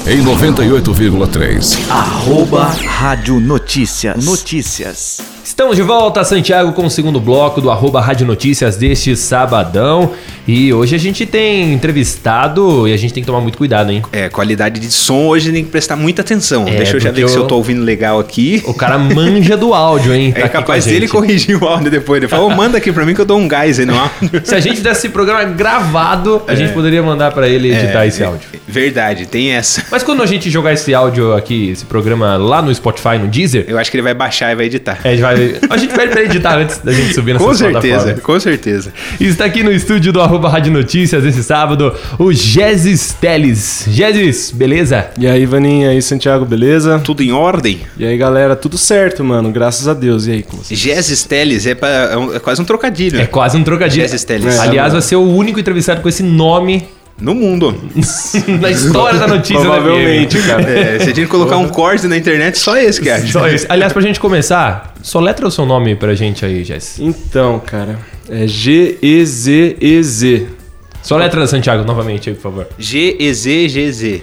em 98,3. Rádio Notícias. Estamos de volta, Santiago, com o segundo bloco do Rádio Notícias deste sabadão. E hoje a gente tem entrevistado e a gente tem que tomar muito cuidado, hein? Qualidade de som hoje tem que prestar muita atenção. Deixa eu já ver se eu tô ouvindo legal aqui. O cara manja do áudio, hein? Tá capaz dele corrigir o áudio depois. Ele fala, manda aqui pra mim que eu dou um gás aí no áudio. Se a gente desse esse programa gravado, a gente poderia mandar pra ele editar esse áudio. Verdade, tem essa. Mas quando a gente jogar esse áudio aqui, esse programa lá no Spotify, no Deezer... Eu acho que ele vai baixar e vai editar. A gente vai editar antes da gente subir nessa plataforma. Com certeza. Está aqui no estúdio do Rádio Notícias esse sábado, o Gésis Teles. Gésis, beleza? E aí, Vaninha, e aí, Santiago, beleza? Tudo em ordem? E aí, galera, tudo certo, mano, graças a Deus. E aí, como vocês? Gésis Teles é quase um trocadilho. É quase um trocadilho. Gésis Teles. Aliás, vai ser o único entrevistado com esse nome... no mundo. Na história da notícia. Provavelmente, cara. Se a gente colocar um corte na internet, só esse que acha. Só esse. Aliás, pra gente começar, soletra o seu nome pra gente aí, Jess. Então, cara, é G-E-Z-E-Z. Soletra, Santiago, novamente aí, por favor. G-E-Z-G-Z.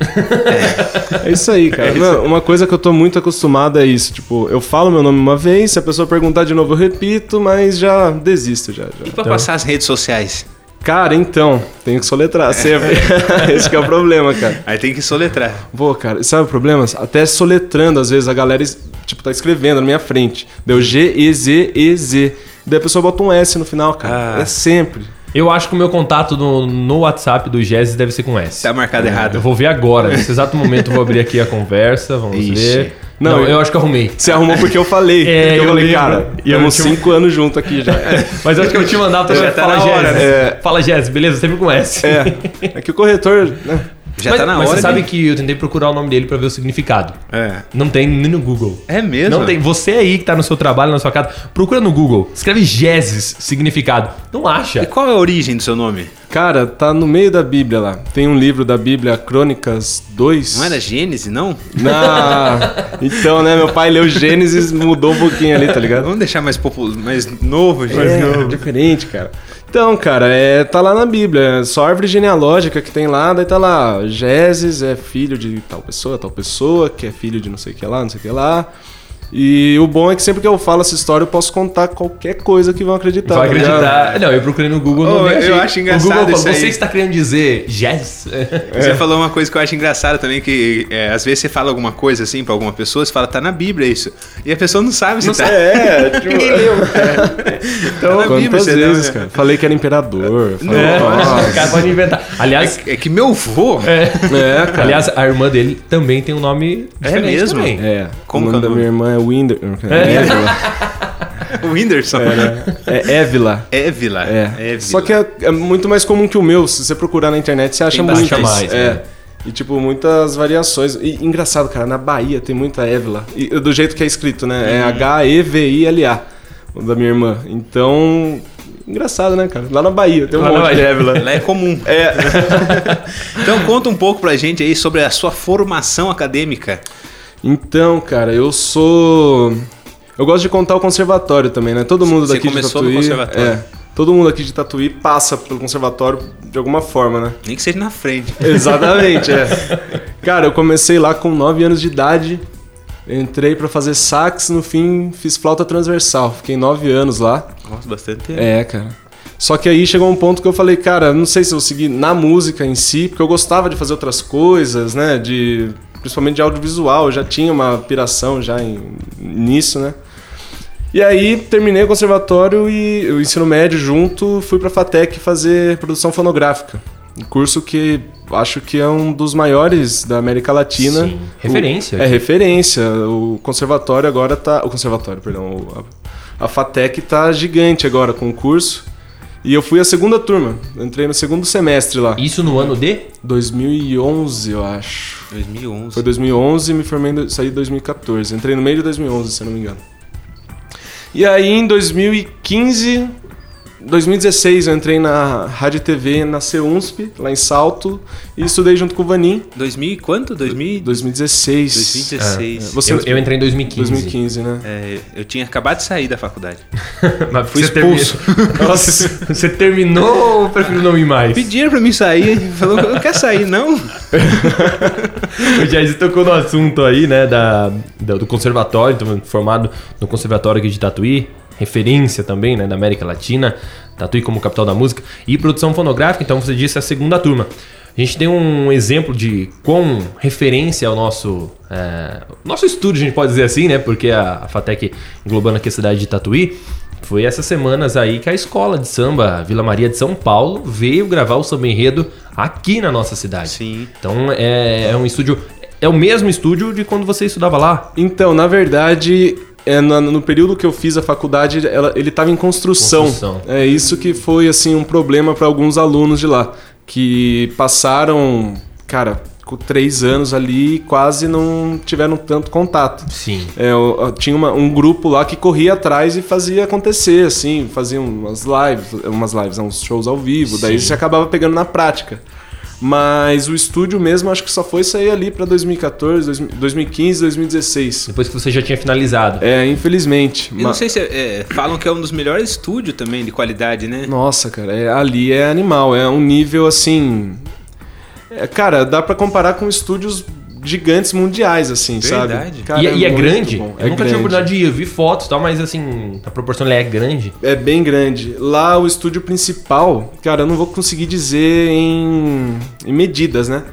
É isso aí, cara. Mano, uma coisa que eu tô muito acostumado é isso. Tipo, eu falo meu nome uma vez, se a pessoa perguntar de novo eu repito, mas já desisto já. E pra passar as redes sociais? Cara, então, tenho que soletrar sempre. Esse que é o problema, cara. Aí tem que soletrar. Pô, cara, sabe o problema? Até soletrando, às vezes, a galera, tipo, tá escrevendo na minha frente. Deu G-E-Z-E-Z. Daí a pessoa bota um S no final, cara. É sempre. Eu acho que o meu contato no WhatsApp do Gésis deve ser com S. Tá marcado errado. Eu vou ver agora. Nesse exato momento eu vou abrir aqui a conversa, vamos ver. Não, eu acho que arrumei. Você arrumou porque eu falei. Porque eu falei, cara, estamos 5 anos juntos aqui já. Mas acho que eu te mandar pra falar Gésis. Fala Gésis, beleza? Sempre com S. É que o corretor... né? Tá na hora. Mas você sabe que eu tentei procurar o nome dele pra ver o significado. Não tem nem no Google. É mesmo? Não tem. Você aí que tá no seu trabalho, na sua casa, procura no Google. Escreve Gésis, significado. Não acha. E qual é a origem do seu nome? Cara, tá no meio da Bíblia lá. Tem um livro da Bíblia, Crônicas 2. Não era Gênesis, não? Então, né? Meu pai leu Gênesis, mudou um pouquinho ali, tá ligado? Vamos deixar mais novo, gente. Mais novo. Diferente, cara. Então, cara, tá lá na Bíblia. É só árvore genealógica que tem lá. Daí tá lá, Gésis é filho de tal pessoa, que é filho de não sei o que lá, não sei o que lá. E o bom é que sempre que eu falo essa história, eu posso contar qualquer coisa que vão acreditar. Vai acreditar. Não, eu procurei no Google, não eu acho engraçado. O Google isso aí. Você está querendo dizer Gésis? Você falou uma coisa que eu acho engraçada também, que às vezes você fala alguma coisa assim pra alguma pessoa, você fala, tá na Bíblia isso. E a pessoa não sabe se não tá. Tipo, ninguém leu. Então, tá quantas vezes, cara? Falei que era imperador. O cara pode inventar. Aliás... É que meu vô... cara. Aliás, a irmã dele também tem um nome diferente mesmo? também. Como o nome da minha irmã é Winder. O Whindersson. É Évila. Évila. Só que é muito mais comum que o meu. Se você procurar na internet, você acha muito. E tipo, muitas variações. E engraçado, cara, na Bahia tem muita Évila. E, do jeito que é escrito, né? É H-E-V-I-L-A. O da minha irmã. Então... engraçado, né, cara? Lá na Bahia tem um monte de Évila. Lá é comum. Então conta um pouco pra gente aí sobre a sua formação acadêmica. Então, cara, eu gosto de contar o conservatório também, né? Todo mundo daqui de Tatuí... Você começou no conservatório. Todo mundo aqui de Tatuí passa pelo conservatório de alguma forma, né? Nem que seja na frente. Exatamente, Cara, eu comecei lá com 9 anos de idade, entrei pra fazer sax, no fim fiz flauta transversal. Fiquei 9 anos lá. Nossa, bastante tempo. Cara. Só que aí chegou um ponto que eu falei, cara, não sei se eu vou seguir na música em si, porque eu gostava de fazer outras coisas, né? Principalmente de audiovisual, eu já tinha uma piração já nisso, né? E aí terminei o conservatório e o ensino médio junto, fui pra FATEC fazer produção fonográfica. Um curso que acho que é um dos maiores da América Latina. Sim, referência. Referência. O conservatório agora tá... A FATEC tá gigante agora com o curso. E eu fui a segunda turma. Entrei no segundo semestre lá. Isso no ano de? 2011, eu acho. 2011. Foi 2011 e me formei, saí em 2014. Entrei no meio de 2011, se eu não me engano. E aí, em 2015, 2016 eu entrei na Rádio e TV na CEUNSP, lá em Salto, e estudei junto com o Vanim. 2000 e quanto? 2016. 2016. Eu entrei em 2015. 2015, né? Eu tinha acabado de sair da faculdade. Mas Fui você expulso. Nossa, você terminou ou prefiro não ir mais? Pediram pra mim sair, falou, não quer sair, não? O Jair tocou no assunto aí, né, do conservatório, então, formado no conservatório aqui de Tatuí, referência também, né, da América Latina, Tatuí como capital da música, e produção fonográfica, então você disse a segunda turma. A gente tem um exemplo de quão referência ao nosso estúdio, a gente pode dizer assim, né, porque a FATEC, englobando aqui a cidade de Tatuí, foi essas semanas aí que a escola de samba Vila Maria de São Paulo veio gravar o samba enredo aqui na nossa cidade. Sim. Então é um estúdio, é o mesmo estúdio de quando você estudava lá? Então, na verdade, no período que eu fiz a faculdade, ele estava em construção. É isso que foi assim um problema para alguns alunos de lá, que passaram, cara, com 3 anos ali e quase não tiveram tanto contato. Sim. Tinha um grupo lá que corria atrás e fazia acontecer, assim, fazia umas lives, uns shows ao vivo, daí você acabava pegando na prática. Mas o estúdio mesmo, acho que só foi sair ali para 2014, 2015, 2016. Depois que você já tinha finalizado. Infelizmente. Eu não sei se falam que é um dos melhores estúdios também de qualidade, né? Nossa, cara, ali é animal, é um nível assim... cara, dá pra comparar com estúdios gigantes mundiais, assim, Verdade. sabe? Cara, e é grande? Bom. Eu nunca tive a oportunidade de ir, eu vi fotos e tal, mas assim, a proporção é grande. É bem grande. Lá o estúdio principal, cara, eu não vou conseguir dizer em medidas, né?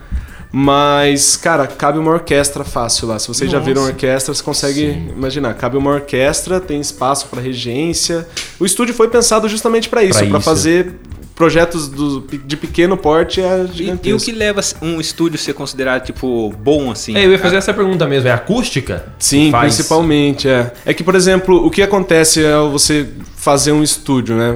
Mas, cara, cabe uma orquestra fácil lá. Se vocês já viram orquestra, você consegue imaginar. Cabe uma orquestra, tem espaço para regência. O estúdio foi pensado justamente para isso, para fazer projetos de pequeno porte a gigantesco. E o que leva um estúdio a ser considerado, tipo, bom, assim? Eu ia fazer essa pergunta mesmo, é acústica? Sim, principalmente, É que, por exemplo, o que acontece ao você fazer um estúdio, né?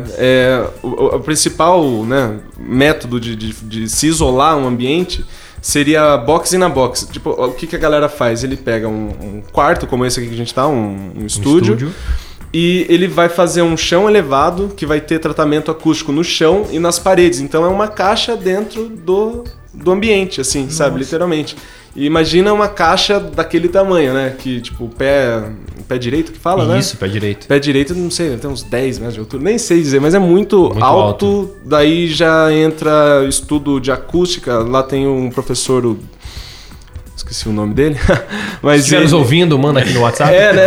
O principal, né, método de se isolar um ambiente seria box in a box. Tipo, o que a galera faz? Ele pega um quarto, como esse aqui que a gente tá, um estúdio. E ele vai fazer um chão elevado, que vai ter tratamento acústico no chão e nas paredes. Então é uma caixa dentro do ambiente, assim, sabe? Literalmente. E imagina uma caixa daquele tamanho, né? Que, tipo, pé direito que fala, né? Isso, pé direito. Pé direito, não sei, tem uns 10 metros de altura. Nem sei dizer, mas é muito alto. Daí já entra estudo de acústica. Lá tem um professor... Esqueci o nome dele. Mas se estiver nos ouvindo, manda aqui no WhatsApp. Né?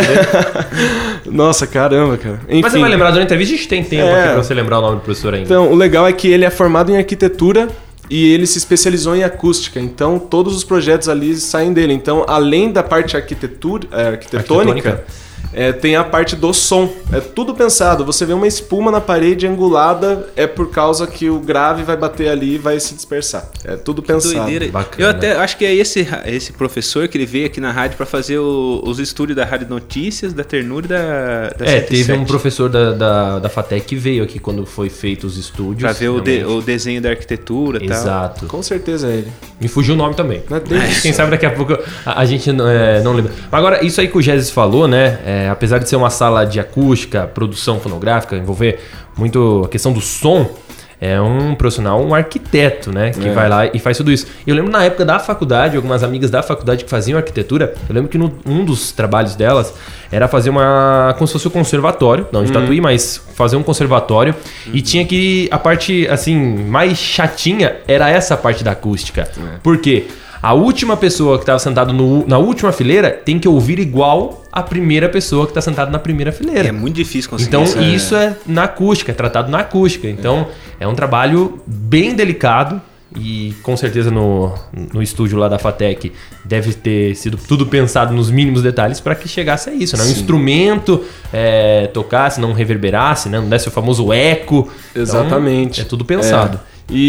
Nossa, caramba, cara. Enfim. Mas você vai lembrar durante a entrevista, a gente tem tempo aqui pra você lembrar o nome do professor ainda. Então, o legal é que ele é formado em arquitetura e ele se especializou em acústica. Então, todos os projetos ali saem dele. Então, além da parte arquitetônica, tem a parte do som. É tudo pensado. Você vê uma espuma na parede angulada, é por causa que o grave vai bater ali e vai se dispersar. É tudo pensado. Doideira. Bacana. Eu até acho que é esse professor que ele veio aqui na rádio para fazer os estúdios da Rádio Notícias, da Ternura e da 107. Teve um professor da FATEC que veio aqui quando foi feito os estúdios. Pra ver o desenho da arquitetura e tal. Exato. Com certeza é ele. Me fugiu o nome também. Mas quem sabe daqui a pouco a gente não lembra. Mas agora, isso aí que o Gésis falou, né? Apesar de ser uma sala de acústica, produção fonográfica, envolver muito a questão do som, é um profissional, um arquiteto, né? Que vai lá e faz tudo isso. Eu lembro na época da faculdade, algumas amigas da faculdade que faziam arquitetura, eu lembro que um dos trabalhos delas era fazer como se fosse um conservatório, não de Tatuí, mas fazer um conservatório. E tinha que, a parte, assim, mais chatinha era essa parte da acústica. Por quê? A última pessoa que estava sentada na última fileira tem que ouvir igual a primeira pessoa que está sentada na primeira fileira. É muito difícil conseguir então, isso é na acústica, é tratado na acústica. Então, é um trabalho bem delicado e com certeza no estúdio lá da FATEC deve ter sido tudo pensado nos mínimos detalhes para que chegasse a isso, né? Um instrumento tocasse, não reverberasse, né? Não desse o famoso eco. Exatamente. Então, é tudo pensado.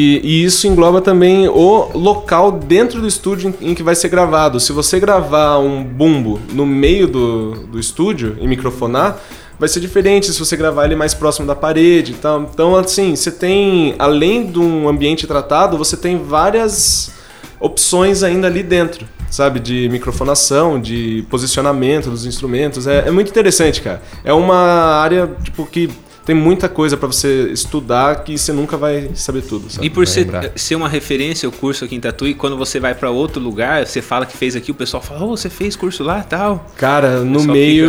E isso engloba também o local dentro do estúdio em que vai ser gravado. Se você gravar um bumbo no meio do estúdio e microfonar, vai ser diferente se você gravar ele mais próximo da parede. Então, assim, você tem, além de um ambiente tratado, você tem várias opções ainda ali dentro, sabe? De microfonação, de posicionamento dos instrumentos. É muito interessante, cara. É uma área, tipo, que tem muita coisa para você estudar que você nunca vai saber tudo, sabe? E por ser uma referência o curso aqui em Tatuí, quando você vai para outro lugar, você fala que fez aqui, o pessoal fala, você fez curso lá e tal. Cara, no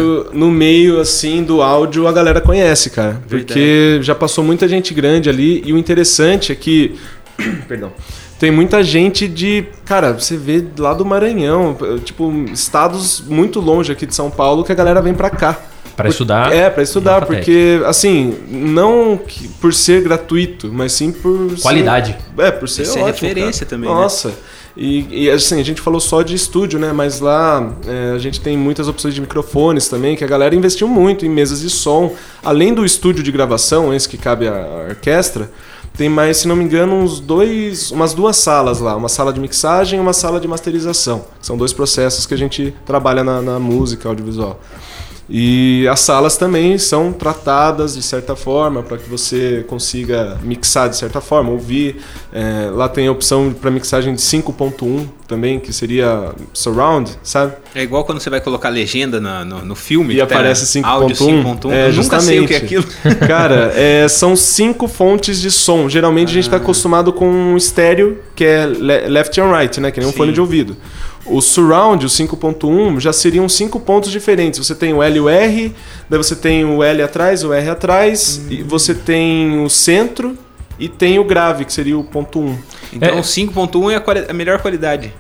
meio assim do áudio a galera conhece, cara. Verdade. Porque já passou muita gente grande ali e o interessante é que perdão. Tem muita gente de... Cara, você vê lá do Maranhão, tipo, estados muito longe aqui de São Paulo que a galera vem pra cá. Pra estudar? Pra estudar, porque, assim, não por ser gratuito, mas sim por... Qualidade. Por ser ótimo, cara. referência também, Nossa. Né? E, assim, a gente falou só de estúdio, né? Mas lá a gente tem muitas opções de microfones também, que a galera investiu muito em mesas de som. Além do estúdio de gravação, esse que cabe à orquestra... Tem mais, se não me engano, umas 2 salas lá. Uma sala de mixagem e uma sala de masterização. São 2 processos que a gente trabalha na música audiovisual. E as salas também são tratadas de certa forma para que você consiga mixar de certa forma, ouvir. Lá tem a opção para mixagem de 5.1 também, que seria surround, sabe? É igual quando você vai colocar legenda no filme. E aparece 5.1. Áudio 5.1. Eu nunca sei o que é aquilo. Cara, são 5 fontes de som. Geralmente a gente está acostumado com um estéreo, que é left and right, né? Que nem um fone de ouvido. O surround, o 5.1, já seriam 5 pontos diferentes. Você tem o L e o R, daí você tem o L atrás, o R atrás, e você tem o centro e tem o grave, que seria o ponto 1. Então o 5.1 é a melhor qualidade.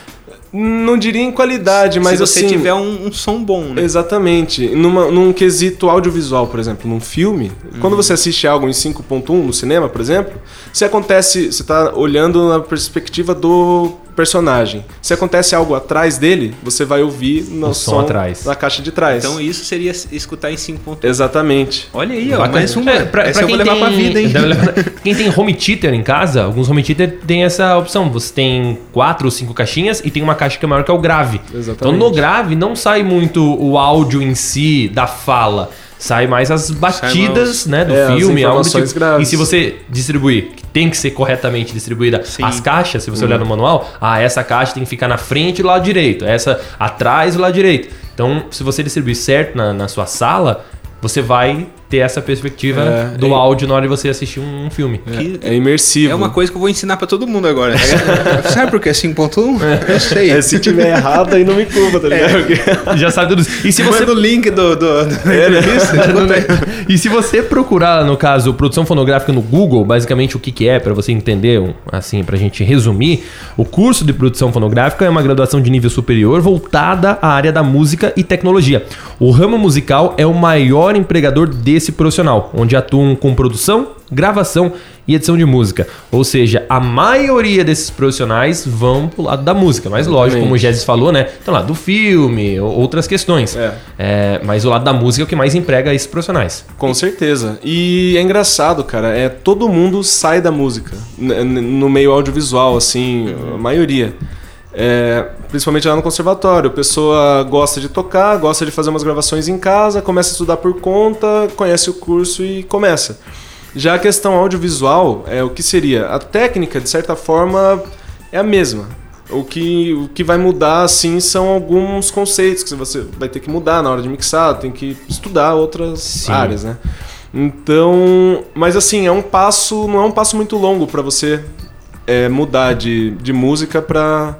Não diria em qualidade, mas se você assim... tiver um som bom, né? Exatamente. Num quesito audiovisual, por exemplo, num filme, quando você assiste algo em 5.1 no cinema, por exemplo, você está olhando na perspectiva do personagem. Se acontece algo atrás dele, você vai ouvir no som atrás, na caixa de trás. Então isso seria escutar em 5.1. Exatamente. Olha aí, ó, mais um. Essa eu vou levar pra vida, hein? Quem tem home theater em casa, alguns home theater tem essa opção. Você tem 4 ou 5 caixinhas e tem uma caixa que é maior, que é o grave. Exatamente. Então no grave não sai muito o áudio em si da fala. Sai mais as batidas, né, do filme, algo tipo. E se você distribuir, que tem que ser corretamente distribuída, as caixas, se você olhar no manual, essa caixa tem que ficar na frente e do lado direito, essa atrás e do lado direito. Então, se você distribuir certo na sua sala, você vai ter essa perspectiva do áudio na hora de você assistir um filme. É imersivo. É uma coisa que eu vou ensinar pra todo mundo agora. Sabe por que é 5.1? Eu sei. Se tiver errado, aí não me culpa, tá ligado? Já sabe tudo isso. E se você... Manda o link do E se você procurar, no caso, produção fonográfica no Google, basicamente o que é, pra você entender, assim, pra gente resumir, o curso de produção fonográfica é uma graduação de nível superior voltada à área da música e tecnologia. O ramo musical é o maior empregador desse profissional, onde atuam com produção, gravação e edição de música. Ou seja, a maioria desses profissionais vão pro lado da música. Mas lógico, como o Gésis falou, né? Então lá do filme, outras questões. Mas o lado da música é o que mais emprega esses profissionais. Com certeza. E é engraçado, cara. Todo mundo sai da música. No meio audiovisual, assim, a maioria. Principalmente lá no conservatório, a pessoa gosta de tocar, gosta de fazer umas gravações em casa, começa a estudar por conta, conhece o curso e começa. Já a questão audiovisual, o que seria? A técnica, de certa forma, é a mesma. O que vai mudar, assim, são alguns conceitos que você vai ter que mudar na hora de mixar, tem que estudar outras áreas, né? Então, mas assim, não é um passo muito longo para você mudar de música para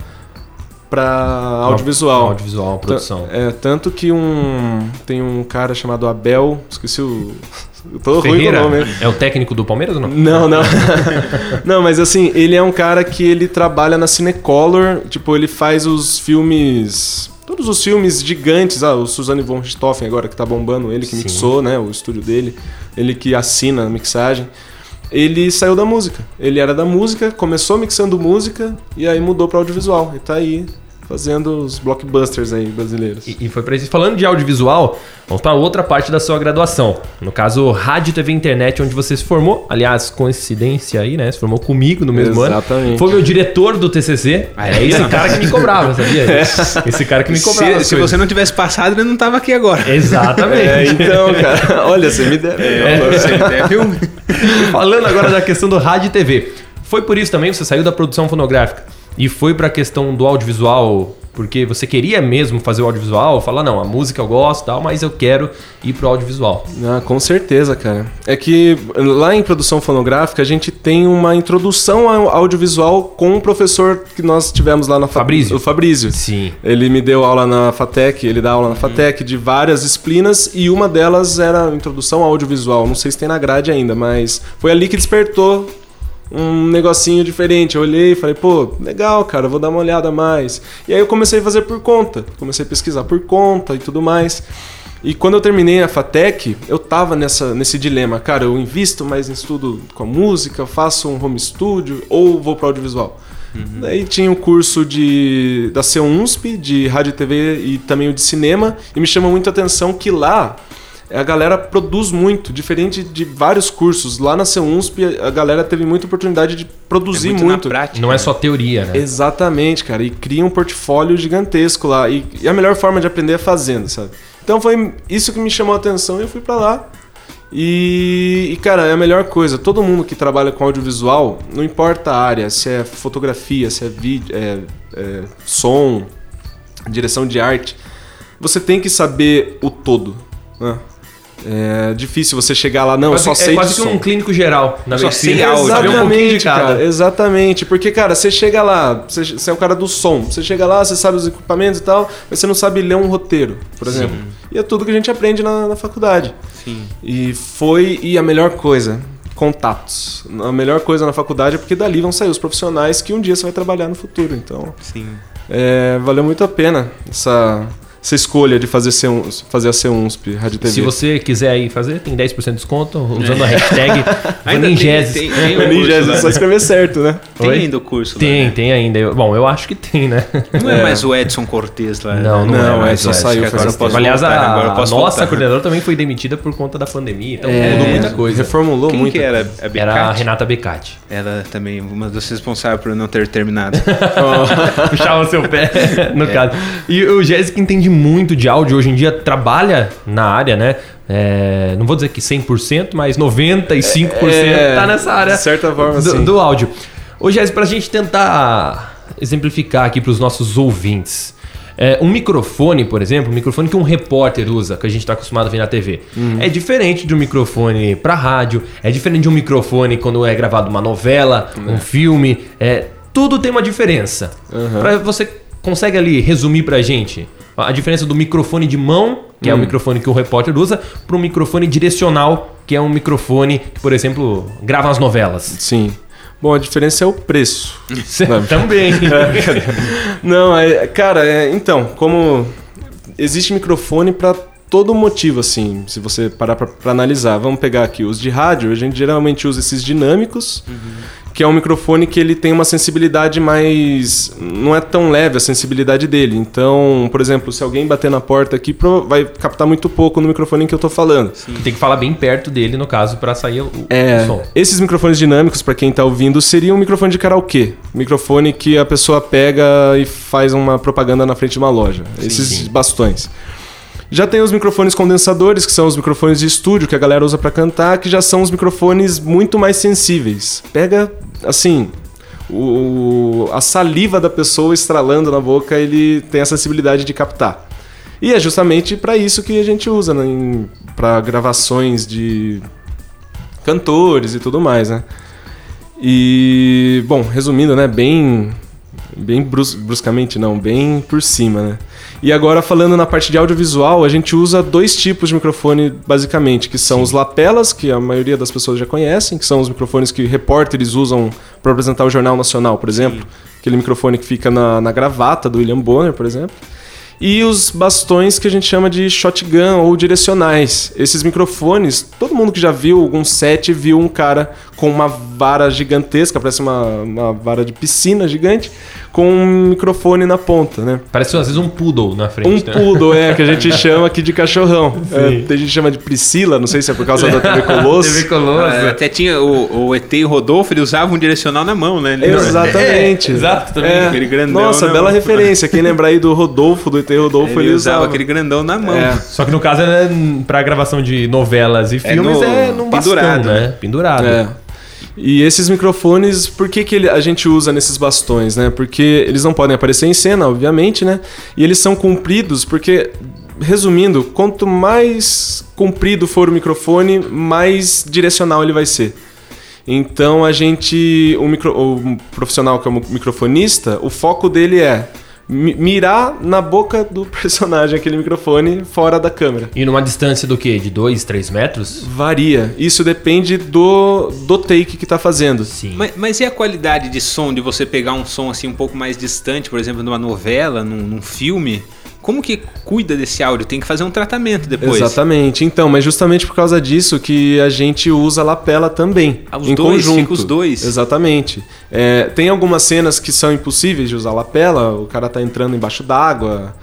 audiovisual. Audiovisual, produção. Tanto que tem um cara chamado Abel, esqueci o... Eu tô Ferreira, ruim com o nome. É o técnico do Palmeiras ou não? Não. Não, mas assim, ele é um cara que ele trabalha na Cinecolor, tipo, ele faz os filmes... Todos os filmes gigantes, o Suzanne von Richthofen agora que tá bombando, ele que mixou, né, o estúdio dele, ele que assina a mixagem. Ele saiu da música. Ele era da música, começou mixando música e aí mudou para audiovisual. E tá aí fazendo os blockbusters aí brasileiros. E foi para isso. Falando de audiovisual, vamos para outra parte da sua graduação. No caso, Rádio, TV e Internet, onde você se formou. Aliás, coincidência aí, né? Se formou comigo no mesmo ano. Exatamente. Foi meu diretor do TCC. É esse cara que me cobrava, sabia? Esse cara que me cobrava. Se você não tivesse passado, ele não tava aqui agora. Exatamente. Então, cara, olha, você me deve. Você me deve. Falando agora da questão do rádio e TV. Foi por isso também que você saiu da produção fonográfica e foi para a questão do audiovisual Porque você queria mesmo fazer o audiovisual, falar, não, a música eu gosto e tal, mas eu quero ir pro audiovisual. Ah, com certeza, cara. É que lá em produção fonográfica a gente tem uma introdução ao audiovisual com um professor que nós tivemos lá na Fabrício. O Fabrício. Sim. Ele me deu aula na FATEC, ele dá aula na FATEC de várias disciplinas e uma delas era a introdução ao audiovisual. Não sei se tem na grade ainda, mas foi ali que despertou um negocinho diferente. Eu olhei e falei, pô, legal, cara, vou dar uma olhada a mais. E aí eu comecei a fazer por conta, comecei a pesquisar por conta e tudo mais. E quando eu terminei a FATEC, eu tava nesse dilema, cara, eu invisto mais em estudo com a música, faço um home studio ou vou para audiovisual. Daí tinha o curso da CEUNSP, de rádio e TV e também o de cinema, e me chamou muito a atenção que lá a galera produz muito, diferente de vários cursos. Lá na CEUNSP a galera teve muita oportunidade de produzir muito. Na prática, Não é só teoria, né? Exatamente, cara. E cria um portfólio gigantesco lá. E a melhor forma de aprender é fazendo, sabe? Então foi isso que me chamou a atenção e eu fui pra lá. E, cara, é a melhor coisa. Todo mundo que trabalha com audiovisual, não importa a área, se é fotografia, se é vídeo, som, direção de arte, você tem que saber o todo, né? É difícil você chegar lá, não, eu só sei de quase que som. um clínico geral, na Só medicina. sei áudio. Sabe um pouquinho de Exatamente, cada. cara, exatamente. Porque, cara, você chega lá, você é o cara do som, você chega lá, você sabe os equipamentos e tal, mas você não sabe ler um roteiro, por exemplo. E é tudo que a gente aprende na faculdade. Sim. E a melhor coisa, contatos. A melhor coisa na faculdade é porque dali vão sair os profissionais que um dia você vai trabalhar no futuro. Então, Sim. valeu muito a pena essa escolha de fazer a CEUNSP, Rádio TV. Se você quiser aí fazer, tem 10% de desconto usando a hashtag Vaningeses. tem um Ninja, curso lá. é só escrever certo, né? Tem Oi? ainda o curso lá, Tem, né? tem ainda. Bom, eu acho que tem, né? Não é mais o Edson Cortez lá. Não, né? não é mais. só Acho saiu que faz agora tempo. posso Aliás, voltar, agora eu a posso nossa voltar. coordenadora também foi demitida por conta da pandemia. Então É, mudou muita coisa. Reformulou Quem muito. que era a Becati? Era a Renata Becati. Ela também, uma das responsáveis por não ter terminado. Puxava o seu pé, no caso. E o Jéssica entende muito de áudio. Hoje em dia trabalha na área, né? Não vou dizer que 100%, mas 95% tá nessa área de certa forma, sim. do áudio. Ô Jéssica, pra gente tentar exemplificar aqui pros nossos ouvintes. Um microfone, por exemplo, um microfone que um repórter usa, que a gente está acostumado a ver na TV, é diferente de um microfone para rádio, é diferente de um microfone quando é gravado uma novela, um filme, tudo tem uma diferença. Você consegue ali resumir pra gente a diferença do microfone de mão, que é o microfone que o repórter usa, para um microfone direcional, que é um microfone que, por exemplo, grava as novelas? Sim. Bom, a diferença é o preço. Também. Não, cara, então, como existe microfone para todo motivo, assim, se você parar para analisar. Vamos pegar aqui os de rádio, a gente geralmente usa esses dinâmicos, que é um microfone que ele tem uma sensibilidade mais... não é tão leve a sensibilidade dele. Então, por exemplo, se alguém bater na porta aqui, vai captar muito pouco no microfone que eu tô falando. Tem que falar bem perto dele, no caso, para sair o som. Esses microfones dinâmicos, para quem tá ouvindo, seria um microfone de karaokê. Microfone que a pessoa pega e faz uma propaganda na frente de uma loja. Esses bastões. Já tem os microfones condensadores, que são os microfones de estúdio que a galera usa para cantar, que já são os microfones muito mais sensíveis. Pega, assim, a saliva da pessoa estralando na boca, ele tem a sensibilidade de captar. E é justamente para isso que a gente usa, né, para gravações de cantores e tudo mais, né? E, bom, resumindo, né, bem bruscamente não, bem por cima, né? E agora falando na parte de audiovisual, a gente usa dois tipos de microfone basicamente, que são os lapelas, que a maioria das pessoas já conhecem, que são os microfones que repórteres usam para apresentar o Jornal Nacional, por exemplo. Aquele microfone que fica na gravata do William Bonner, por exemplo. E os bastões que a gente chama de shotgun ou direcionais. Esses microfones, todo mundo que já viu algum set viu um cara com uma vara gigantesca, parece uma vara de piscina gigante, com um microfone na ponta, né? Parece às vezes um poodle na frente. Um poodle, que a gente chama aqui de cachorrão. A gente chama de Priscila, não sei se é por causa da TV Colosso. TV Colosso. Até tinha o ET e o Rodolfo, ele usava um direcional na mão, né? Exatamente. Exato, também. Aquele grandão. Nossa, bela referência. Quem lembrar aí do Rodolfo, do ET e Rodolfo, ele usava aquele grandão na mão. Só que no caso, pra gravação de novelas e filmes, num bastão, pendurado, né? Pendurado. E esses microfones, por que a gente usa nesses bastões, né? Porque eles não podem aparecer em cena, obviamente, né? E eles são compridos porque, resumindo, quanto mais comprido for o microfone, mais direcional ele vai ser. Então o profissional que é o microfonista, o foco dele é mirar na boca do personagem aquele microfone fora da câmera. E numa distância do quê? De 2, 3 metros? Varia. Isso depende do take que tá fazendo. Sim. Mas e a qualidade de som, de você pegar um som assim um pouco mais distante, por exemplo, numa novela, num filme? Como que cuida desse áudio? Tem que fazer um tratamento depois. Exatamente. Então, mas justamente por causa disso que a gente usa a lapela também. Os dois, conjunto. fica os dois. Exatamente. Tem algumas cenas que são impossíveis de usar a lapela, o cara tá entrando embaixo d'água,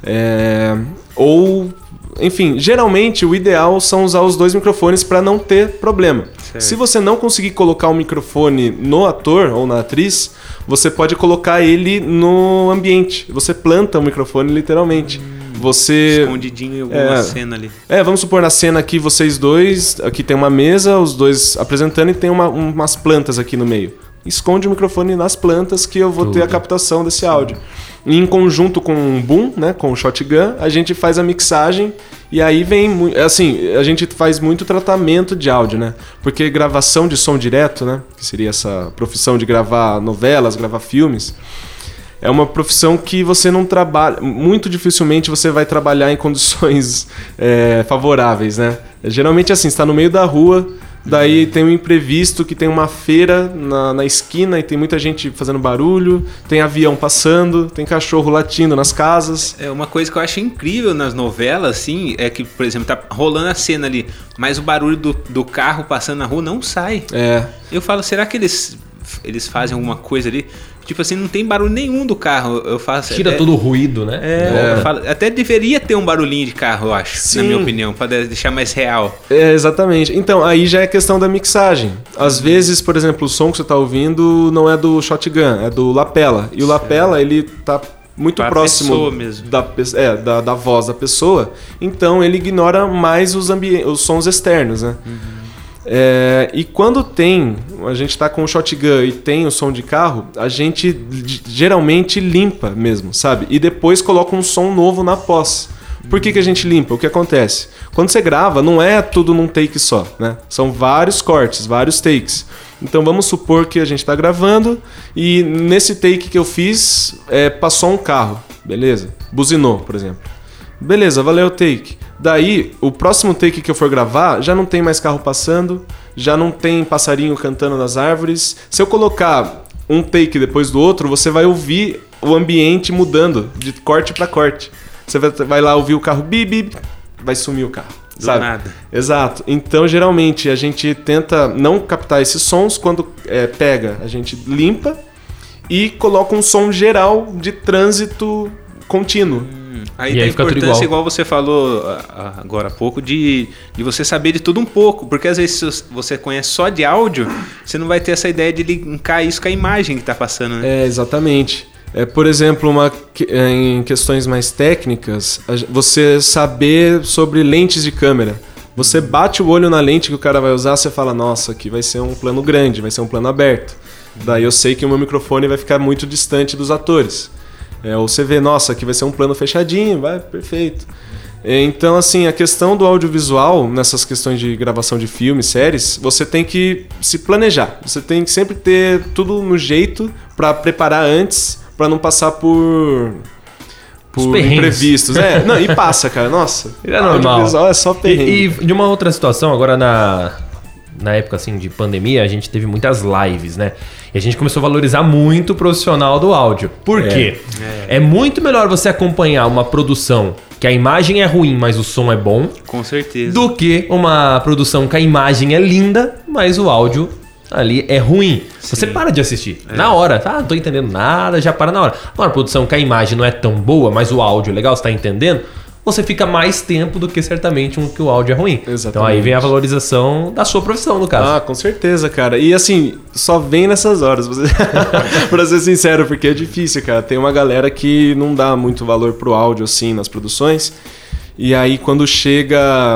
ou... Enfim, geralmente o ideal são usar os dois microfones para não ter problema. Certo. Se você não conseguir colocar o microfone no ator ou na atriz, você pode colocar ele no ambiente. Você planta o microfone literalmente. Você... Escondidinho em alguma cena ali. Vamos supor na cena aqui vocês dois, aqui tem uma mesa, os dois apresentando e tem umas plantas aqui no meio. Esconde o microfone nas plantas que eu vou ter a captação desse áudio. E em conjunto com o boom, né, com o shotgun, a gente faz a mixagem e aí vem... Assim, a gente faz muito tratamento de áudio, né? Porque gravação de som direto, né, que seria essa profissão de gravar novelas, gravar filmes, é uma profissão que você não trabalha... Muito dificilmente você vai trabalhar em condições favoráveis, né? Geralmente assim, você está no meio da rua... Daí tem um imprevisto que tem uma feira na esquina e tem muita gente fazendo barulho, tem avião passando, tem cachorro latindo nas casas. Uma coisa que eu acho incrível nas novelas, assim, é que, por exemplo, tá rolando a cena ali, mas o barulho do carro passando na rua não sai. Eu falo, será que eles fazem alguma coisa ali? Tipo assim, não tem barulho nenhum do carro. Eu faço, tira todo o ruído, né? Eu falo, até deveria ter um barulhinho de carro, eu acho. Sim. Na minha opinião, para deixar mais real. Exatamente. Então, aí já é questão da mixagem. Às vezes, por exemplo, o som que você tá ouvindo não é do shotgun, é do lapela. E o lapela, ele tá muito próximo mesmo. Da voz da pessoa. Então, ele ignora mais os sons externos, né? E quando a gente tá com o shotgun e tem o som de carro, a gente geralmente limpa mesmo, sabe? E depois coloca um som novo na pós. Por que a gente limpa? O que acontece? Quando você grava, não é tudo num take só, né? São vários cortes, vários takes. Então vamos supor que a gente tá gravando e nesse take que eu fiz, passou um carro, beleza? Buzinou, por exemplo. Beleza, valeu o take. Daí, o próximo take que eu for gravar, já não tem mais carro passando, já não tem passarinho cantando nas árvores. Se eu colocar um take depois do outro, você vai ouvir o ambiente mudando de corte para corte. Você vai lá ouvir o carro bip, vai sumir o carro. Do nada. Exato. Então, geralmente, a gente tenta não captar esses sons. Quando pega, a gente limpa e coloca um som geral de trânsito contínuo. Aí tem a importância, igual você falou agora há pouco, de você saber de tudo um pouco. Porque às vezes se você conhece só de áudio, você não vai ter essa ideia de linkar isso com a imagem que está passando, né? Exatamente. Por exemplo, em questões mais técnicas, você saber sobre lentes de câmera. Você bate o olho na lente que o cara vai usar, você fala, nossa, aqui vai ser um plano grande, vai ser um plano aberto. Daí eu sei que o meu microfone vai ficar muito distante dos atores. Ou você vê, nossa, aqui vai ser um plano fechadinho, vai, perfeito. Então, assim, a questão do audiovisual, nessas questões de gravação de filmes, séries, você tem que se planejar. Você tem que sempre ter tudo no jeito para preparar antes, para não passar por imprevistos. Não, e passa, cara, nossa. É normal. Audiovisual é só perrengue. E de uma outra situação, agora na época assim, de pandemia, a gente teve muitas lives, né? E a gente começou a valorizar muito o profissional do áudio. Por quê? É muito melhor você acompanhar uma produção que a imagem é ruim, mas o som é bom. Com certeza. Do que uma produção que a imagem é linda, mas o áudio ali é ruim. Sim. Você para de assistir. Na hora. Não tô entendendo nada, já para na hora. Uma produção que a imagem não é tão boa, mas o áudio é legal, você tá entendendo? Você fica mais tempo do que certamente que o áudio é ruim. Exatamente. Então aí vem a valorização da sua profissão, no caso. Com certeza, cara. E assim, só vem nessas horas. Pra ser sincero, porque é difícil, cara. Tem uma galera que não dá muito valor pro áudio, assim, nas produções. E aí, quando chega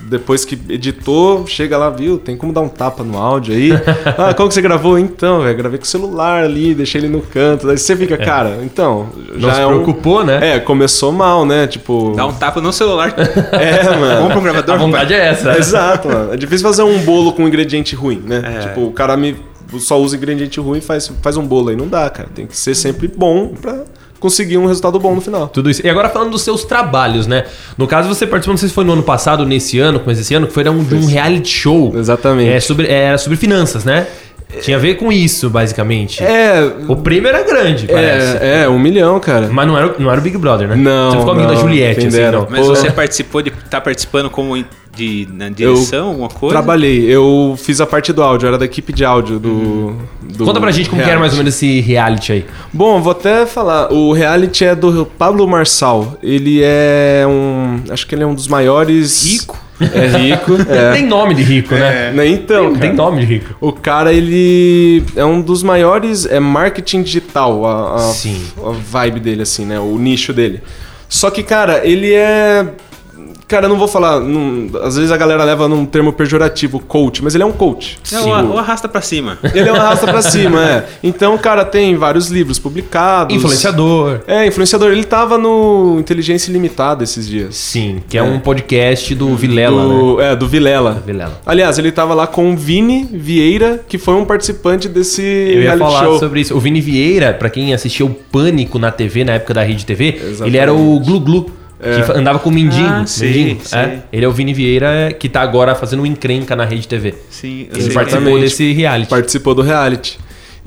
depois que editou, chega lá, viu, tem como dar um tapa no áudio aí. Como que você gravou? Então, velho, gravei com o celular ali, deixei ele no canto. Daí você fica, cara, então... Não se preocupou, né? Começou mal, né? Tipo... Dá um tapa no celular. Mano. Compra um gravador. A vontade é essa. Exato, mano. É difícil fazer um bolo com ingrediente ruim, né? Tipo, o cara só usa ingrediente ruim e faz um bolo aí. Não dá, cara. Tem que ser sempre bom pra conseguir um resultado bom no final. Tudo isso. E agora falando dos seus trabalhos, né? No caso, você participou, não sei se foi no ano passado, nesse ano, começo desse ano, que foi de um reality show. Exatamente. Era sobre finanças, né? Tinha a ver com isso, basicamente. O prêmio era grande, parece. 1 milhão, cara. Mas não era o Big Brother, né? Não. Você ficou amigo da Juliette, assim, não. Mas você tá participando como na direção, alguma coisa? Trabalhei. Eu fiz a parte do áudio, era da equipe de áudio do Conta pra gente como que era mais ou menos esse reality aí. Bom, vou até falar. O reality é do Pablo Marçal. Ele é acho que ele é um dos maiores... Rico? É rico. Tem nome de rico, né? Então, tem nome de rico. O cara, ele é um dos maiores... É marketing digital, a vibe dele, assim, né? O nicho dele. Só que, cara, ele é... Cara, eu não vou falar... às vezes a galera leva num termo pejorativo, coach, mas ele é um coach. Ou arrasta pra cima. Ele é um arrasta pra cima, Então, cara, tem vários livros publicados. Influenciador. Influenciador. Ele tava no Inteligência Ilimitada esses dias. Sim, que é um podcast do Vilela, né? Do Vilela. Vilela. Aliás, ele tava lá com o Vini Vieira, que foi um participante desse Eu ia falar show. sobre isso. O Vini Vieira, pra quem assistiu o Pânico na TV, na época da Rede TV, Exatamente. Ele era o Glu Glu. Que andava com o Mindinho. Sei. Ele é o Vini Vieira, que tá agora fazendo um encrenca na Rede TV. Sim, Ele participou desse reality. Participou do reality.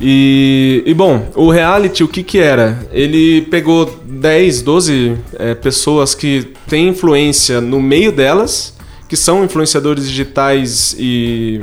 E bom, o reality, o que era? Ele pegou 10, 12 pessoas que têm influência no meio delas, que são influenciadores digitais e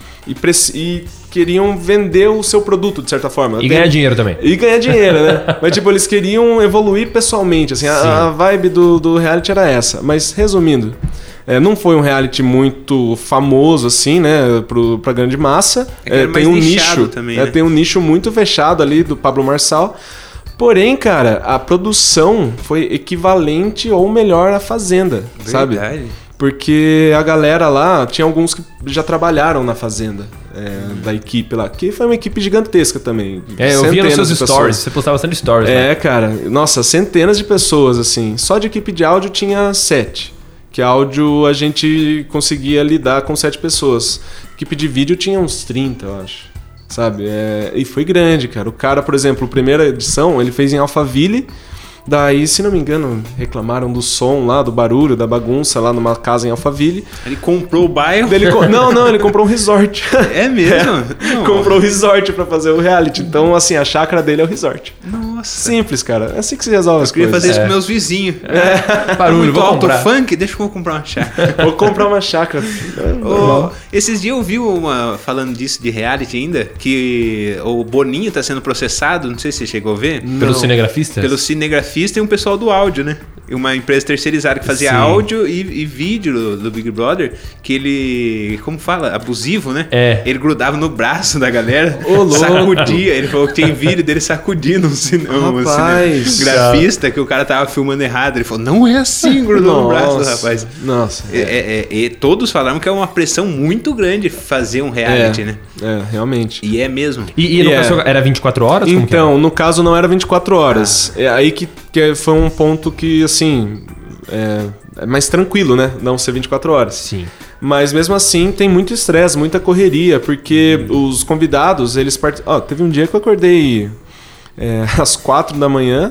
queriam vender o seu produto, de certa forma. E ganhar dinheiro também. E ganhar dinheiro, né? Mas, tipo, eles queriam evoluir pessoalmente, assim. A vibe do reality era essa. Mas, resumindo, não foi um reality muito famoso, assim, né? Pra grande massa. Tem um nicho também, né? Tem um nicho muito fechado ali do Pablo Marçal. Porém, cara, a produção foi equivalente ou melhor à Fazenda, sabe? Porque a galera lá, tinha alguns que já trabalharam na Fazenda, da equipe lá, que foi uma equipe gigantesca também. Eu via nos seus stories, você postava bastante stories, né? Cara, nossa, centenas de pessoas, assim. Só de equipe de áudio tinha 7. Que áudio a gente conseguia lidar com 7 pessoas. Equipe de vídeo tinha uns 30, eu acho. Sabe? E foi grande, cara. O cara, por exemplo, a primeira edição, ele fez em Alphaville. Daí, se não me engano, reclamaram do som lá, do barulho, da bagunça lá numa casa em Alphaville. Ele comprou o bairro? Não, ele comprou um resort. É mesmo? Comprou um resort pra fazer o reality. Então, assim, a chácara dele é o resort. Nossa. Simples, cara. É assim que se resolve as coisas. Eu queria fazer isso com meus vizinhos. Barulho, muito vou alto comprar. funk, deixa eu comprar uma chácara. Vou comprar uma chácara. Esses dias eu vi falando disso de reality ainda, que o Boninho tá sendo processado, não sei se você chegou a ver. Pelo cinegrafista? Pelo cinegrafista e um pessoal do áudio, né? Uma empresa terceirizada que fazia áudio e vídeo do Big Brother, que ele, como fala, abusivo, né? Ele grudava no braço da galera, sacudia. Ele falou que tem vídeo dele sacudindo um cinegrafista, que o cara tava filmando errado. Ele falou, não é assim, grudou no braço do rapaz. Nossa. E todos falaram que é uma pressão muito grande fazer um reality, né? Realmente. E é mesmo. E no caso, era 24 horas? Então, no caso não era 24 horas. É aí que foi um ponto que, assim, é mais tranquilo, né? Não ser 24 horas. Sim. Mas mesmo assim tem muito estresse, muita correria, porque os convidados, eles teve um dia que eu acordei às 4 da manhã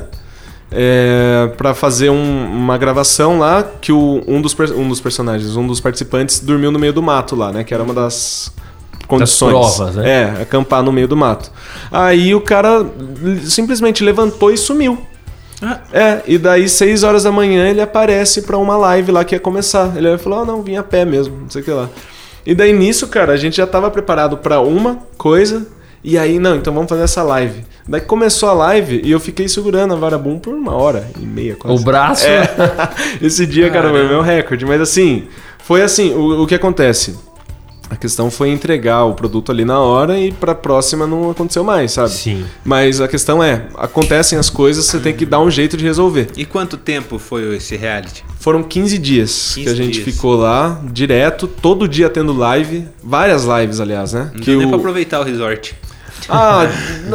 pra fazer uma gravação lá, que um dos personagens, um dos participantes dormiu no meio do mato lá, né? Que era uma das condições. Das provas, né? Acampar no meio do mato. Aí o cara simplesmente levantou e sumiu. E daí 6 horas da manhã ele aparece pra uma live lá que ia começar. Ele falou, não, vim a pé mesmo, não sei o que lá. E daí nisso, cara, a gente já tava preparado pra uma coisa, e aí, não, então vamos fazer essa live. Daí começou a live e eu fiquei segurando a Varabum por 1h30 quase. O braço? Esse dia, cara, foi o meu recorde. Mas assim, foi assim, o que acontece? A questão foi entregar o produto ali na hora e pra próxima não aconteceu mais, sabe? Sim. Mas a questão acontecem as coisas, você tem que dar um jeito de resolver. E quanto tempo foi esse reality? Foram 15 dias 15 que a gente dias. ficou lá, direto, todo dia tendo live, várias lives, aliás, né? Não deu nem pra aproveitar o resort. Ah,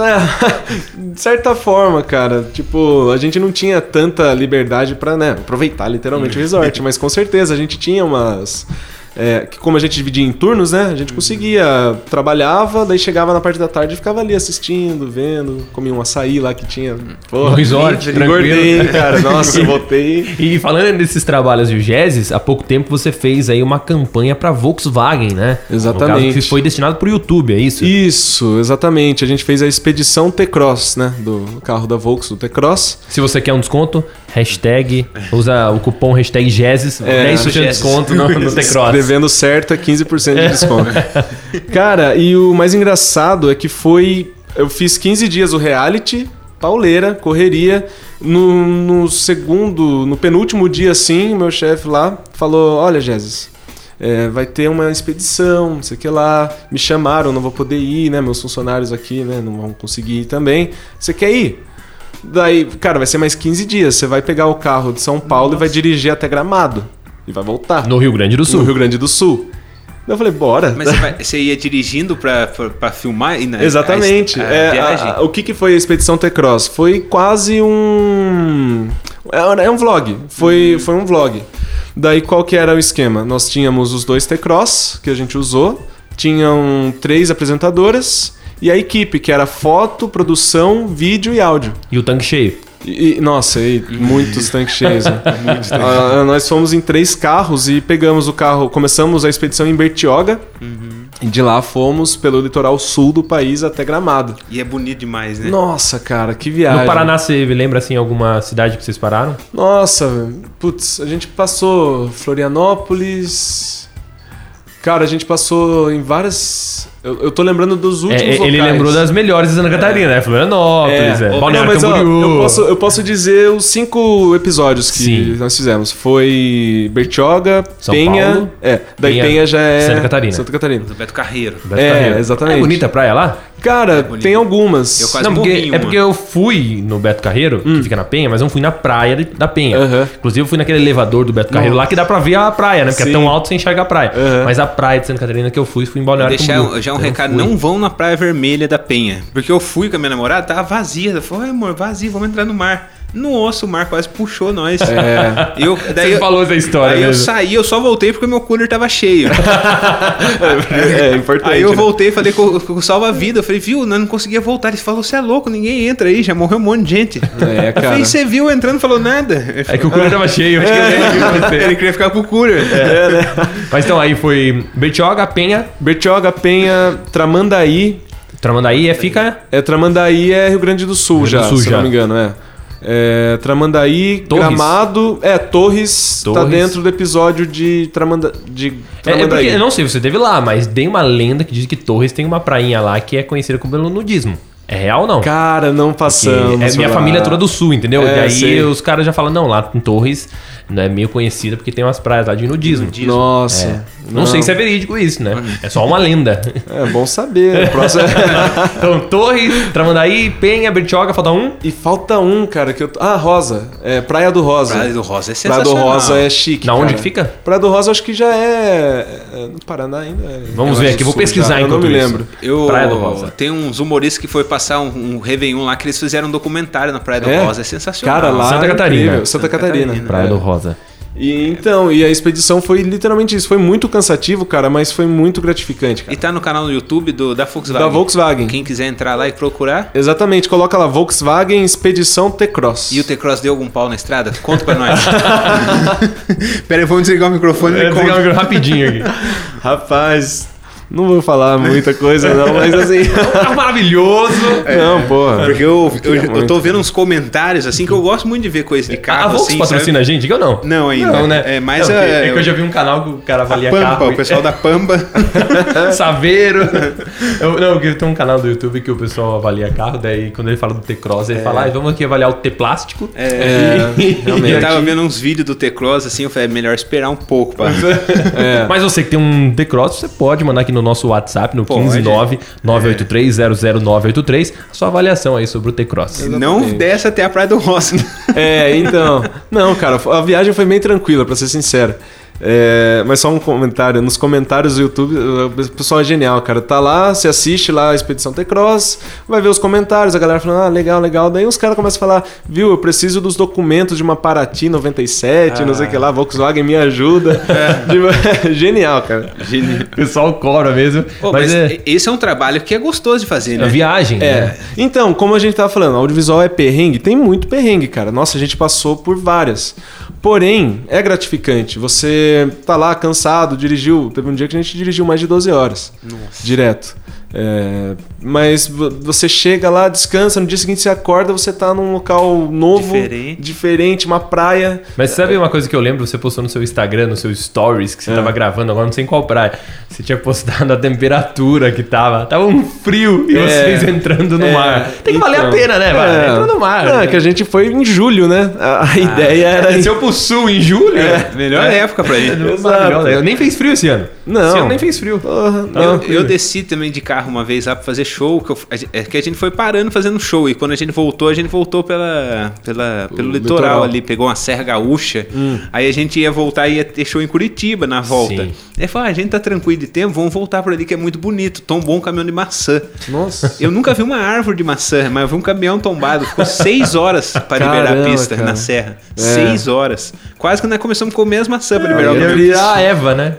né, de certa forma, cara, tipo, a gente não tinha tanta liberdade pra, né, aproveitar literalmente o resort, mas com certeza a gente tinha umas... que como a gente dividia em turnos, né? A gente conseguia, trabalhava, daí chegava na parte da tarde e ficava ali assistindo, vendo, comia um açaí lá que tinha. No resort, engordei, cara. Nossa, voltei. E falando desses trabalhos de Geses, há pouco tempo você fez aí uma campanha pra Volkswagen, né? Exatamente. No caso, que foi destinado pro YouTube, é isso? Isso, exatamente. A gente fez a expedição T-Cross, né? Do carro da Volks, do T-Cross. Se você quer um desconto, usa o cupom #Geses, 10% de desconto no T-Cross. Escrevendo certo é 15% de desconto. Cara, e o mais engraçado é que eu fiz 15 dias o reality, pauleira, correria. No penúltimo dia, assim, meu chefe lá falou: olha, Geses, vai ter uma expedição, não sei o que lá. Me chamaram, não vou poder ir, né? Meus funcionários aqui, né? Não vão conseguir ir também. Você quer ir? Daí, cara, vai ser mais 15 dias. Você vai pegar o carro de São Paulo e vai dirigir até Gramado. E vai voltar. No Rio Grande do Sul. No Rio Grande do Sul. Daí eu falei, bora. Mas você ia dirigindo pra filmar? Exatamente. A viagem? O que foi a Expedição T-Cross? Foi quase um... É um vlog. Foi um vlog. Daí qual que era o esquema? Nós tínhamos os 2 T-Cross que a gente usou. Tinham 3 apresentadoras. E a equipe, que era foto, produção, vídeo e áudio. E o tanque cheio. Nossa, muitos tanques cheios, né? Nós fomos em 3 carros e pegamos o carro, começamos a expedição em Bertioga e de lá fomos pelo litoral sul do país até Gramado. E é bonito demais, né? Nossa, cara, que viagem. No Paraná, você lembra, assim, alguma cidade que vocês pararam? Nossa, putz, a gente passou Florianópolis... Cara, a gente passou em várias... Eu tô lembrando dos últimos locais. Ele lembrou das melhores de Santa Catarina, né? Florianópolis, Balneário Camboriú. Eu posso dizer os 5 episódios que nós fizemos. Foi Bertioga, São Penha... Paulo, daí Penha já é... Santa Catarina. Do Beto Carreiro. Exatamente. É bonita a praia lá? Cara, tem algumas. Eu quase morri, porque eu fui no Beto Carreiro, que fica na Penha, mas não fui na praia da Penha. Inclusive, eu fui naquele elevador do Beto Carreiro lá que dá pra ver a praia, né? Porque é tão alto que você enxerga a praia. Mas a praia de Santa Catarina que eu fui em Balneário Camboriú. Já um recado, não vão na Praia Vermelha da Penha. Porque eu fui com a minha namorada, tava vazia. Ela falou, amor, vazio, vamos entrar no mar. Nossa, o mar quase puxou nós. Você falou essa história Aí mesmo. eu saí, eu só voltei porque o meu cooler tava cheio. É importante. Aí eu voltei, falei com o salva-vida. Eu falei, viu, nós não conseguia voltar. Ele falou, você é louco, ninguém entra aí, já morreu um monte de gente. Cara. Eu falei, você viu entrando e falou nada. É que o cooler tava cheio, acho que Ele queria ficar com o cooler. Mas então aí foi Bertioga, Penha. Bertioga, Penha, Tramandaí. Tramandaí fica... Tramandaí é Rio Grande do Sul, se não me engano, Tramandaí, Torres. Gramado, Torres tá dentro do episódio de Tramandaí. Porque, eu não sei se você teve lá, mas tem uma lenda que diz que Torres tem uma prainha lá que é conhecida como pelo nudismo. É real ou não? Cara, não passamos. Minha família toda do sul, entendeu? E aí sei. os caras já falam, não, lá em Torres é meio conhecida porque tem umas praias lá de nudismo. Nossa. Não sei se é verídico isso, né? É só uma lenda. É bom saber. Próximo... Então, Torres, Tramandaí, Penha, Bertioga, falta um. E falta um, cara, que eu... Rosa. Praia do Rosa. Praia do Rosa é Praia sensacional. do Rosa é chique, Na onde que fica? Praia do Rosa acho que já é... No Paraná ainda é... Vamos ver aqui, vou pesquisar enquanto enquanto eu não me lembro. Praia do Rosa. Tem uns humoristas que foi passar um Réveillon lá que eles fizeram um documentário na Praia do Rosa. É sensacional. Cara, lá Santa Catarina. Incrível. Santa Catarina. Praia do Rosa. E a expedição foi literalmente isso. Foi muito cansativo, cara, mas foi muito gratificante, cara. E tá no canal no YouTube da Volkswagen. Da Volkswagen. Quem quiser entrar lá e procurar. Exatamente, coloca lá Volkswagen Expedição T-Cross. E o T-Cross deu algum pau na estrada? Conta pra nós. Pera aí, vamos desligar o microfone e desligar o microfone rapidinho aqui. Rapaz... Não vou falar muita coisa não, mas assim... É maravilhoso! Não, porra. Porque eu tô vendo uns comentários assim que eu gosto muito de ver coisa de carro. A Volks assim, patrocina a gente, diga ou não? Não, ainda. Não, né? É mais é que eu já vi um canal que o cara avalia Pampa, carro. o pessoal da Pampa. Saveiro. Tem um canal do YouTube que o pessoal avalia carro, daí quando ele fala do T-Cross, ele fala, vamos aqui avaliar o T-plástico. Realmente. Eu tava vendo uns vídeos do T-Cross assim, eu falei, é melhor esperar um pouco. Mas você que tem um T-Cross, você pode mandar aqui no no nosso WhatsApp, no Pode. 15983000983, a sua avaliação aí sobre o T-Cross. Não desce até a Praia do Roça. Então. Não, cara, a viagem foi bem tranquila, pra ser sincero. Mas só um comentário. Nos comentários do YouTube, o pessoal é genial, cara. Tá lá, você assiste lá a Expedição T-Cross, vai ver os comentários, a galera falando, legal, legal. Daí os caras começam a falar, viu, eu preciso dos documentos de uma Paraty 97, não sei o que lá, Volkswagen me ajuda. Genial, cara. Genial. O pessoal cobra mesmo. Mas esse é um trabalho que é gostoso de fazer, né? A viagem, né? Então, como a gente tava falando, audiovisual é perrengue? Tem muito perrengue, cara. Nossa, a gente passou por várias. Porém, é gratificante. Você tá lá cansado, dirigiu. Teve um dia que a gente dirigiu mais de 12 horas. Nossa. Direto. Mas você chega lá, descansa, no dia seguinte você acorda, você tá num local novo, diferente, uma praia. Mas sabe uma coisa que eu lembro? Você postou no seu Instagram, no seu Stories, que você tava gravando, agora não sei em qual praia. Você tinha postado a temperatura que tava. Tava um frio e vocês entrando no mar. Tem que valer a pena, né? Entrou no mar. Não, é que a gente foi em julho, né? A ideia era... Desceu pro sul em julho? Melhor época pra ir. Eu nem fez frio esse ano. Não. Esse ano nem fez frio. Eu desci também de carro uma vez lá pra fazer show, que a gente foi parando fazendo show, e quando a gente voltou pelo litoral ali, pegou uma Serra Gaúcha, aí a gente ia voltar e ia ter show em Curitiba na volta. Sim. Aí falou, a gente tá tranquilo de tempo, vamos voltar por ali que é muito bonito, tombou um caminhão de maçã. Nossa. Eu nunca vi uma árvore de maçã, mas eu vi um caminhão tombado, ficou 6 horas pra liberar a pista, cara. Na serra. 6 horas. Quase que nós começamos a comer as maçãs pra liberar o caminhão. Virar a Eva, né?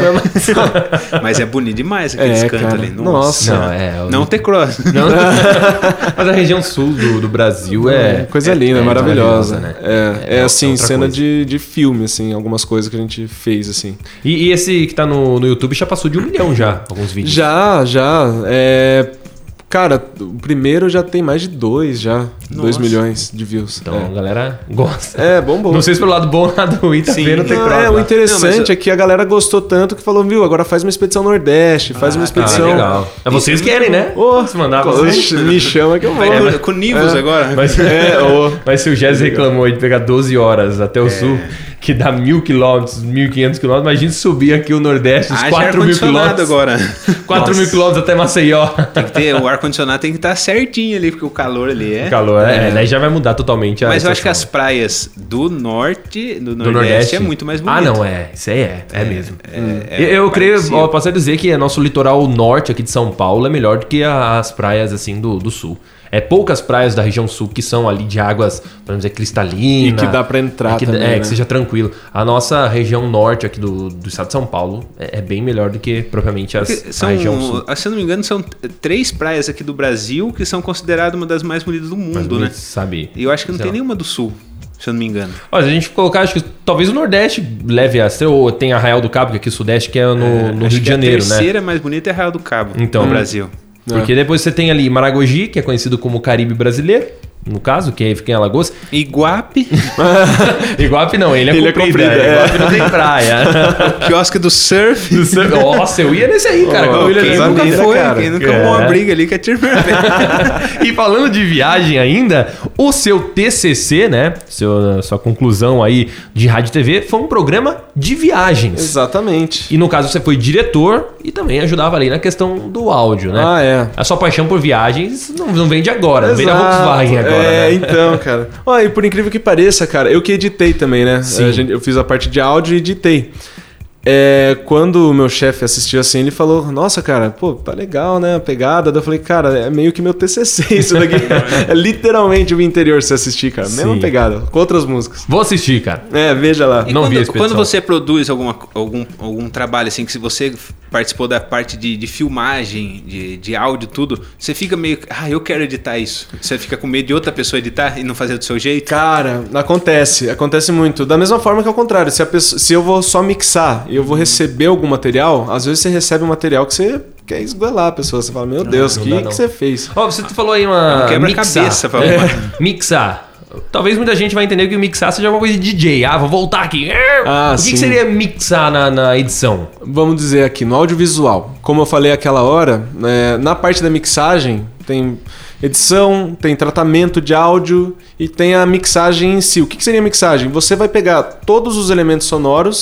Mas é bonito demais aqueles cantos ali. Nossa. Não T-Cross. Mas a região sul do Brasil coisa linda, maravilhosa, né? Assim, cena de filme, assim, algumas coisas que a gente fez, assim. E esse que tá no YouTube já passou de 1 milhão alguns vídeos. Já. Cara, o primeiro já tem mais de 2 milhões de views. Então a galera gosta. Bom. Não sei se pelo lado bom ou lado ruim, tá vendo T-Cross. O interessante é que a galera gostou tanto que falou, viu, agora faz uma expedição Nordeste, faz uma expedição... legal. Vocês querem, né? Se mandar me chama que eu vou. Com Nivus agora. Mas se o Jazz reclamou de pegar 12 horas até o sul, que dá 1.000 quilômetros, 1.500 quilômetros, imagina subir aqui o Nordeste, os 4.000 quilômetros. Agora. 4.000 quilômetros até Maceió. Tem que ter, o ar-condicionado tem que estar certinho ali, porque o calor ali O calor, daí já vai mudar totalmente a Mas eu acho que as praias do Nordeste é muito mais bonito. Não, isso aí é mesmo. Eu creio, posso dizer que nosso litoral norte aqui de São Paulo é melhor do que as praias assim do sul. Poucas praias da região sul que são ali de águas, podemos dizer, cristalinas. E que dá pra entrar também, né? Que seja tranquilo. A nossa região norte aqui do estado de São Paulo é bem melhor do que propriamente a região sul. Se eu não me engano, são 3 praias aqui do Brasil que são consideradas uma das mais bonitas do mundo, né? Sabe. E eu acho que não tem nenhuma do sul, se eu não me engano. Olha, se a gente colocar, acho que talvez o Nordeste leve a ser, ou tem Arraial do Cabo, que aqui é o Sudeste, que é no Rio de Janeiro, né? A terceira mais bonita é Arraial do Cabo, no Brasil. Porque depois você tem ali Maragogi, que é conhecido como Caribe brasileiro, no caso, que fica em Alagoas. Iguape. Iguape não, ele é comprido. Iguape não tem praia. Quiosque do surf. Nossa, eu ia nesse aí, cara. Quem nunca foi, quem nunca arrumou uma briga ali que é tiro vermelho. E falando de viagem ainda, o seu TCC, né? Sua conclusão aí de rádio e TV, foi um programa de viagens. Exatamente. E no caso você foi diretor e também ajudava ali na questão do áudio, né? A sua paixão por viagens não vem de agora, não vem da Volkswagen agora. Então, cara. E por incrível que pareça, cara, eu que editei também, né? Eu fiz a parte de áudio e editei. Quando o meu chefe assistiu assim, ele falou, nossa, cara, pô, tá legal, né, a pegada. Daí eu falei, cara, é meio que meu TCC isso daqui. É literalmente o interior se assistir, cara. Mesma pegada, com outras músicas. Vou assistir, cara. Veja lá. E quando você produz algum trabalho assim, que se você participou da parte de filmagem, de áudio, tudo, você fica meio, eu quero editar isso. Você fica com medo de outra pessoa editar e não fazer do seu jeito? Cara, acontece muito. Da mesma forma que ao contrário, se eu vou só mixar e eu vou receber algum material, às vezes você recebe um material que você quer esgoelar a pessoa. Você fala, meu Deus, o que você fez? Você falou aí uma quebra-cabeça. Mixar. Talvez muita gente vai entender que o mixar seja alguma coisa de DJ. Vou voltar aqui. O que seria mixar na edição? Vamos dizer aqui, no audiovisual. Como eu falei aquela hora, na parte da mixagem tem edição, tem tratamento de áudio e tem a mixagem em si. O que seria mixagem? Você vai pegar todos os elementos sonoros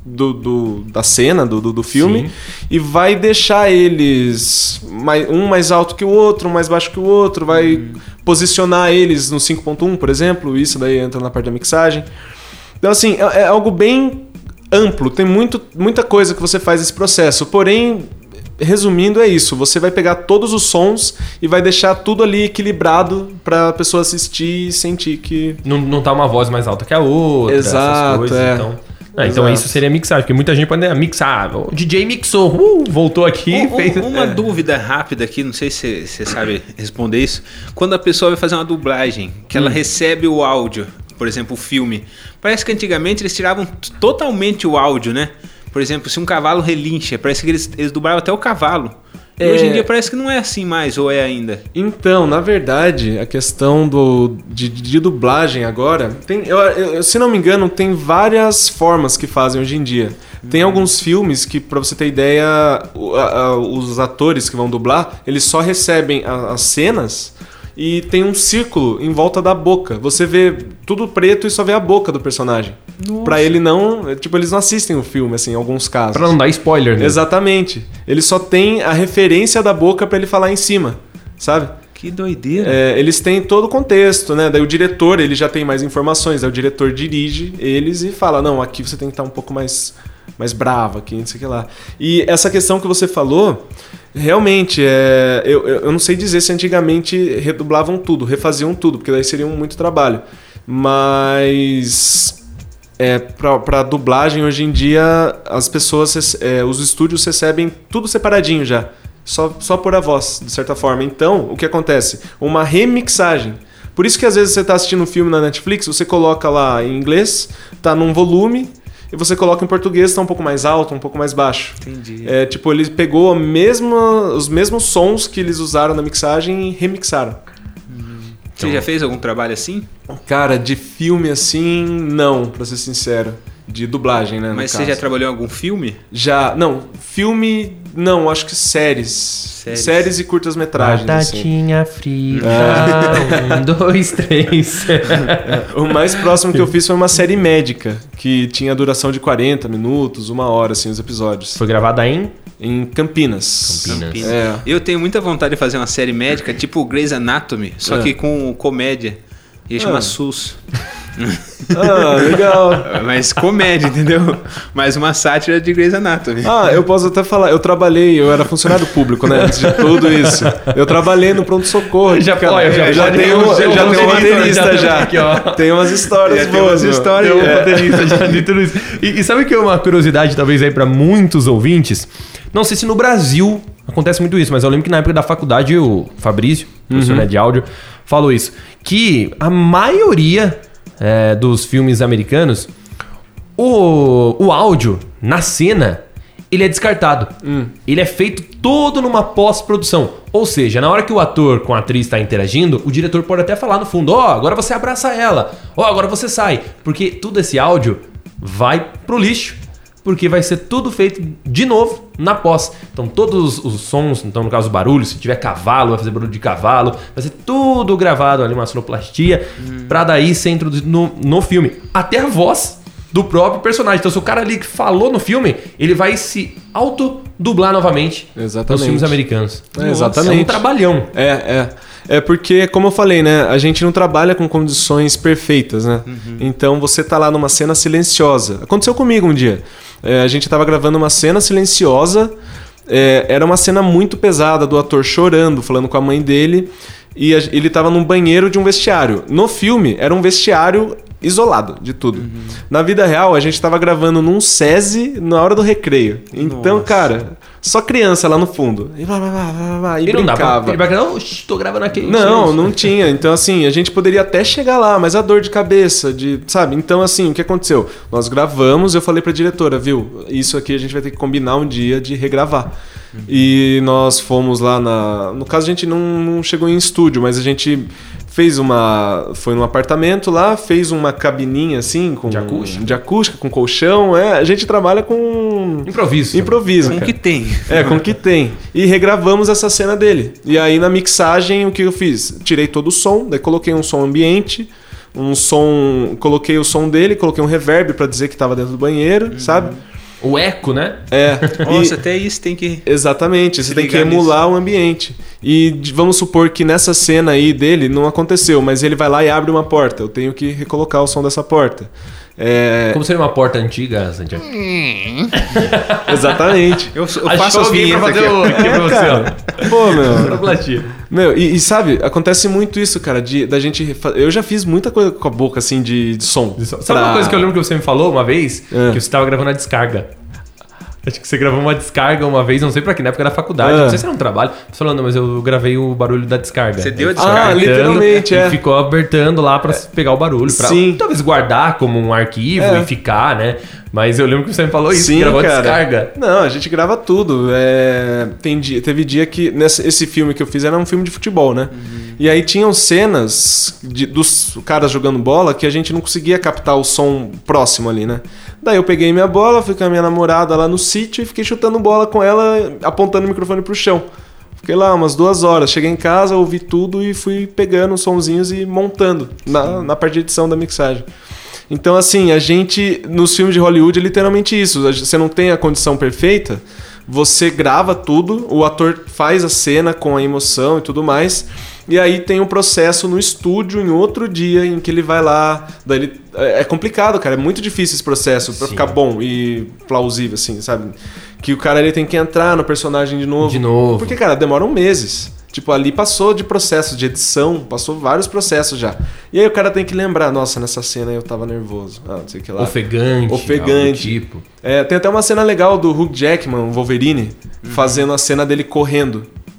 da cena, do filme, Sim. e vai deixar eles um mais alto que o outro, um mais baixo que o outro, vai posicionar eles no 5.1, por exemplo, isso daí entra na parte da mixagem. Então, assim, é algo bem amplo, tem muita coisa que você faz nesse processo, porém, resumindo, é isso, você vai pegar todos os sons e vai deixar tudo ali equilibrado pra pessoa assistir e sentir que... Não tá uma voz mais alta que a outra, Exato, essas coisas, então isso seria mixagem, porque muita gente pode mixar, o DJ mixou, voltou aqui, fez... Uma dúvida rápida aqui, não sei se você sabe responder isso. Quando a pessoa vai fazer uma dublagem, que ela recebe o áudio, por exemplo, o filme, parece que antigamente eles tiravam totalmente o áudio, né? Por exemplo, se um cavalo relincha, parece que eles dublavam até o cavalo. E hoje em dia parece que não é assim mais, ou é ainda? Então, na verdade, a questão de dublagem agora, se não me engano, tem várias formas que fazem hoje em dia. Tem alguns filmes que, pra você ter ideia, os atores que vão dublar, eles só recebem as cenas e tem um círculo em volta da boca. Você vê tudo preto e só vê a boca do personagem. Nossa. Pra ele não... Tipo, eles não assistem o filme, assim, em alguns casos. Pra não dar spoiler, né? Exatamente. Ele só tem a referência da boca pra ele falar em cima, sabe? Que doideira. Eles têm todo o contexto, né? Daí o diretor, ele já tem mais informações. Daí o diretor dirige eles e fala, não, aqui você tem que estar um pouco mais bravo, aqui, não sei o que lá. E essa questão que você falou... Realmente, eu não sei dizer se antigamente redublavam tudo, refaziam tudo, porque daí seria muito trabalho. Mas pra dublagem, hoje em dia, as pessoas, os estúdios recebem tudo separadinho já. Só por a voz, de certa forma. Então, o que acontece? Uma remixagem. Por isso que às vezes você está assistindo um filme na Netflix, você coloca lá em inglês, tá num volume... E você coloca em português, tá um pouco mais alto, um pouco mais baixo. Entendi. Tipo, ele pegou os mesmos sons que eles usaram na mixagem e remixaram. Você já fez algum trabalho assim? Cara, de filme assim, não, pra ser sincero. De dublagem, né? Mas você já trabalhou em algum filme? Já. Não, filme... Não, acho que séries. Séries e curtas-metragens. Batatinha assim. frita, 1, 2, 3. O mais próximo que eu fiz foi uma série médica, que tinha duração de 40 minutos, 1 hora, assim, os episódios. Foi gravada em Campinas. Eu tenho muita vontade de fazer uma série médica, tipo Grey's Anatomy, só que com comédia. Ia chamar SUS. Legal. Mas comédia, entendeu? Mas uma sátira de Grey's Anatomy. Eu posso até falar, eu era funcionário público, né? Antes de tudo isso. Eu trabalhei no pronto-socorro. Já tenho um roteirista já. Aqui, ó. Tem umas histórias boas. Tem um roteirista já de tudo isso. E sabe que é uma curiosidade, talvez, aí pra muitos ouvintes? Não sei se no Brasil acontece muito isso, mas eu lembro que na época da faculdade o Fabrício, professor de áudio, falou isso. Que a maioria dos filmes americanos, o áudio na cena, ele é descartado. Ele é feito todo numa pós-produção. Ou seja, na hora que o ator com a atriz está interagindo, o diretor pode até falar no fundo, agora você abraça ela, agora você sai. Porque tudo esse áudio vai pro lixo. Porque vai ser tudo feito de novo na pós. Então todos os sons, então no caso o barulho, se tiver cavalo, vai fazer barulho de cavalo, vai ser tudo gravado ali, uma sonoplastia, pra daí ser introduzido no filme. Até a voz do próprio personagem. Então se o cara ali que falou no filme, ele vai se autodublar novamente nos filmes americanos. Exatamente. É um trabalhão. É porque, como eu falei, né? A gente não trabalha com condições perfeitas, né? Então você tá lá numa cena silenciosa. Aconteceu comigo um dia. A gente tava gravando uma cena silenciosa. Era uma cena muito pesada do ator chorando, falando com a mãe dele. E ele tava num banheiro de um vestiário. No filme, era um vestiário isolado de tudo. Na vida real, a gente tava gravando num SESI na hora do recreio. Então, cara, só criança lá no fundo. E brincava. Ele vai gravar, tô gravando aqui. Não tinha. Então, assim, a gente poderia até chegar lá, mas a dor de cabeça, sabe? Então, assim, o que aconteceu? Nós gravamos, eu falei pra diretora, viu? Isso aqui a gente vai ter que combinar um dia de regravar. E nós fomos lá no caso, a gente não chegou em estúdio, mas a gente foi num apartamento lá, fez uma cabininha assim, de acústica, com colchão. A gente trabalha com... Improviso. Com o que tem. Com o que tem. E regravamos essa cena dele. E aí na mixagem, o que eu fiz? Tirei todo o som, daí coloquei um som ambiente, coloquei o som dele, coloquei um reverb pra dizer que tava dentro do banheiro, sabe? O eco, né? Nossa, até isso tem que... Exatamente, você tem que emular o ambiente. E vamos supor que nessa cena aí dele não aconteceu, mas ele vai lá e abre uma porta. Eu tenho que recolocar o som dessa porta. Como seria uma porta antiga, Santiago? Exatamente. Eu faço as vinhetas pra fazer aqui. Pô, meu, e sabe, acontece muito isso, cara, da gente... Eu já fiz muita coisa com a boca, assim, de som. Sabe uma coisa que eu lembro que você me falou uma vez? Que você tava gravando a descarga. Acho que você gravou uma descarga uma vez, não sei pra que, na época da faculdade. Não sei se era um trabalho. Você falou, não, mas eu gravei o barulho da descarga. Você deu a descarga? Literalmente, e ficou apertando lá pra pegar o barulho. Pra talvez guardar como um arquivo e ficar, né? Mas eu lembro que você me falou isso, gravou a descarga. Não, a gente grava tudo. Teve dia que... Esse filme que eu fiz era um filme de futebol, né? E aí tinham cenas dos caras jogando bola que a gente não conseguia captar o som próximo ali, né? Daí eu peguei minha bola, fui com a minha namorada lá no sítio e fiquei chutando bola com ela, apontando o microfone pro chão. Fiquei lá umas 2 horas. Cheguei em casa, ouvi tudo e fui pegando os sonzinhos e montando na parte de edição da mixagem. Então, assim, a gente, nos filmes de Hollywood, é literalmente isso. Você não tem a condição perfeita, você grava tudo, o ator faz a cena com a emoção e tudo mais, e aí tem um processo no estúdio em outro dia em que ele vai lá. Daí é complicado, cara, é muito difícil esse processo pra ficar bom e plausível, assim, sabe? Que o cara ele tem que entrar no personagem de novo. Porque, cara, demoram meses. Tipo, ali passou de processo de edição, passou vários processos já. E aí o cara tem que lembrar, nossa, nessa cena eu tava nervoso. Não sei o que lá. Ofegante. Tipo. Tem até uma cena legal do Hugh Jackman, o Wolverine, fazendo a cena dele correndo.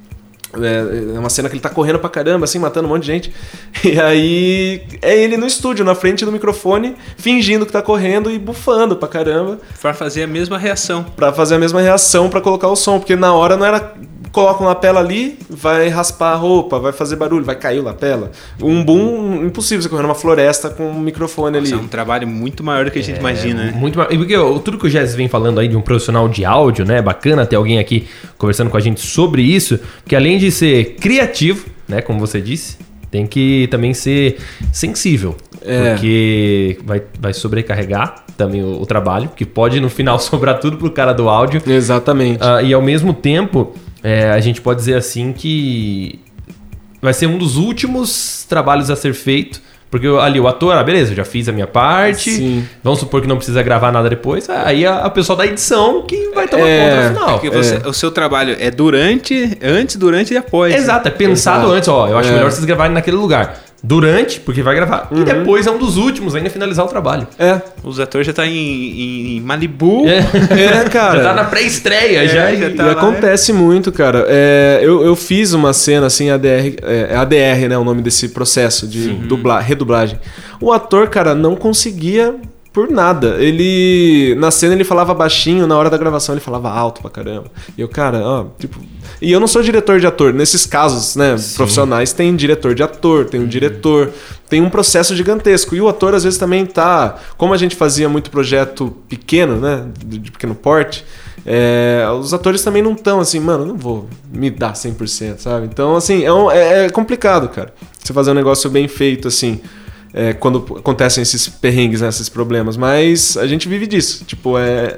É uma cena que ele tá correndo pra caramba, assim, matando um monte de gente. E aí é ele no estúdio, na frente do microfone, fingindo que tá correndo e bufando pra caramba. Pra fazer a mesma reação. Pra colocar o som. Porque na hora não era... Coloca uma lapela ali, vai raspar a roupa, vai fazer barulho, vai cair a lapela. Um boom, impossível você correr numa floresta com um microfone ali. É um trabalho muito maior do que a gente imagina, né? Muito maior. E porque tudo que o Jess vem falando aí de um profissional de áudio, né? Bacana ter alguém aqui conversando com a gente sobre isso. Porque além de ser criativo, né? Como você disse, tem que também ser sensível. Porque vai sobrecarregar também o trabalho, que pode no final sobrar tudo pro cara do áudio. Exatamente. E ao mesmo tempo... a gente pode dizer assim que vai ser um dos últimos trabalhos a ser feito, porque ali o ator, beleza, eu já fiz a minha parte, vamos supor que não precisa gravar nada depois, aí a pessoa da edição que vai tomar conta no final. Porque o seu trabalho é antes, durante e após. Exato, é pensado antes, eu acho melhor vocês gravarem naquele lugar. Durante, porque vai gravar. E depois é um dos últimos ainda a finalizar o trabalho. Os atores já tá em Malibu. Cara. Já tá na pré-estreia. Já tá e acontece muito, cara. Eu fiz uma cena assim, ADR, né? O nome desse processo de redublagem. O ator, cara, não conseguia por nada. Na cena ele falava baixinho, na hora da gravação ele falava alto pra caramba. E eu, cara, E eu não sou diretor de ator. Nesses casos, né, profissionais, tem diretor de ator, tem um diretor, tem um processo gigantesco. E o ator, às vezes, também tá... Como a gente fazia muito projeto pequeno, né, de pequeno porte, os atores também não estão assim, mano, eu não vou me dar 100%, sabe? Então, assim, é complicado, cara. Você fazer um negócio bem feito, assim... quando acontecem esses perrengues, né, esses problemas. Mas a gente vive disso. Tipo,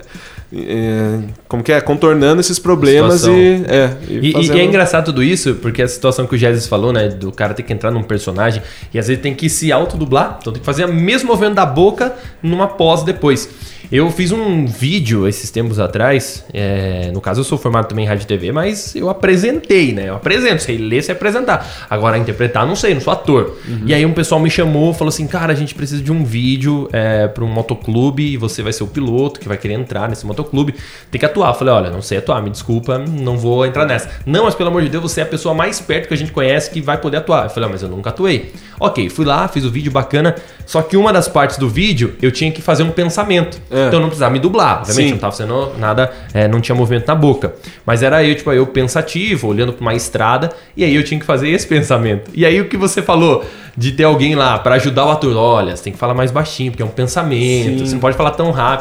como que é? Contornando esses problemas e é engraçado tudo isso, porque a situação que o Jesus falou, né? Do cara ter que entrar num personagem e às vezes tem que se autodublar. Então tem que fazer o mesmo movimento da boca numa pós depois. Eu fiz um vídeo esses tempos atrás, no caso eu sou formado também em rádio e TV, mas eu apresentei, né? Eu apresento, sei ler, sei apresentar. Agora interpretar, não sei, não sou ator. E aí um pessoal me chamou, falou assim, cara, a gente precisa de um vídeo para um motoclube e você vai ser o piloto que vai querer entrar nesse motoclube. Tem que atuar. Eu falei, olha, não sei atuar, me desculpa, não vou entrar nessa. Não, mas pelo amor de Deus, você é a pessoa mais perto que a gente conhece que vai poder atuar. Eu falei, mas eu nunca atuei. Ok, fui lá, fiz o vídeo bacana, só que uma das partes do vídeo eu tinha que fazer um pensamento. Então eu não precisava me dublar, obviamente não tava fazendo nada, não tinha movimento na boca. Mas era eu pensativo, olhando pra uma estrada, e aí eu tinha que fazer esse pensamento. E aí o que você falou de ter alguém lá pra ajudar o ator, olha, você tem que falar mais baixinho, porque é um pensamento, você não pode falar tão rápido.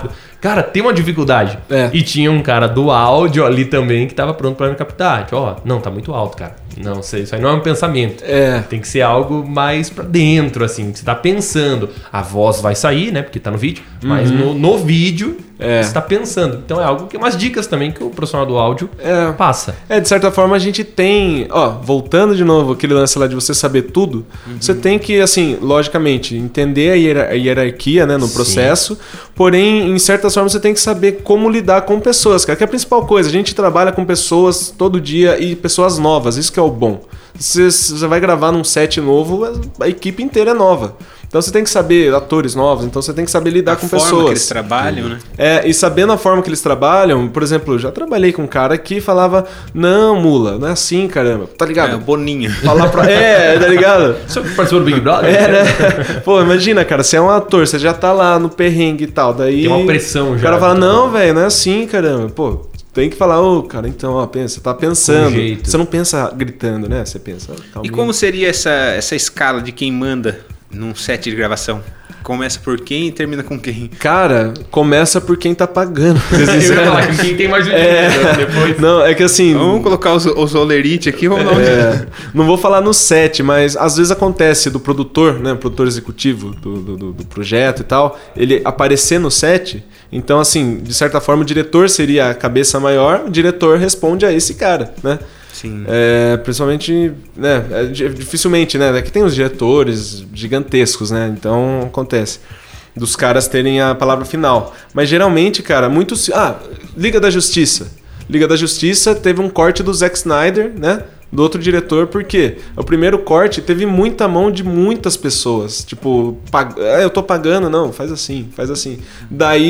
cara, tem uma dificuldade. E tinha um cara do áudio ali também que tava pronto pra me captar. Tipo, ó, não, tá muito alto, cara. Não sei, isso aí não é um pensamento. Tem que ser algo mais pra dentro, assim. Você tá pensando. A voz vai sair, né? Porque tá no vídeo. Mas no vídeo, você tá pensando. Então é algo que umas dicas também que o profissional do áudio passa. De certa forma a gente tem... Ó, voltando de novo aquele lance lá de você saber tudo, você tem que, assim, logicamente, entender a hierarquia, né, no processo. Porém, em certas formas, você tem que saber como lidar com pessoas, cara. Que é a principal coisa. A gente trabalha com pessoas todo dia e pessoas novas. Isso que é o bom. Você vai gravar num set novo, a equipe inteira é nova. Então você tem que saber atores novos, então você tem que saber lidar com pessoas. A forma que eles trabalham, né? E sabendo a forma que eles trabalham, por exemplo, eu já trabalhei com um cara que falava, não, mula, não é assim, caramba, tá ligado? Boninho. Falar pra... tá ligado? Você participou do Big Brother? Né? Pô, imagina, cara, você é um ator, você já tá lá no perrengue e tal, daí... Tem uma pressão já. O cara fala, não, velho, não é assim, caramba, pô... Tem que falar, cara, então, ó, pensa, você tá pensando. Você não pensa gritando, né? Você pensa calminho. E como seria essa escala de quem manda num set de gravação? Começa por quem e termina com quem? Cara, começa por quem tá pagando. Eu ia falar que quem tem mais dinheiro depois. Não, é que assim... Vamos colocar os olerite aqui, vamos dar Não vou falar no set, mas às vezes acontece do produtor, né? Produtor executivo do projeto e tal, ele aparecer no set... Então, assim, de certa forma, o diretor seria a cabeça maior, o diretor responde a esse cara, né? Sim. Principalmente, né? Dificilmente, né? Aqui tem os diretores gigantescos, né? Então, acontece dos caras terem a palavra final. Mas, geralmente, cara, muitos... Liga da Justiça. Liga da Justiça teve um corte do Zack Snyder, né? Do outro diretor, porque o primeiro corte teve muita mão de muitas pessoas. Tipo, eu tô pagando, não, faz assim. Daí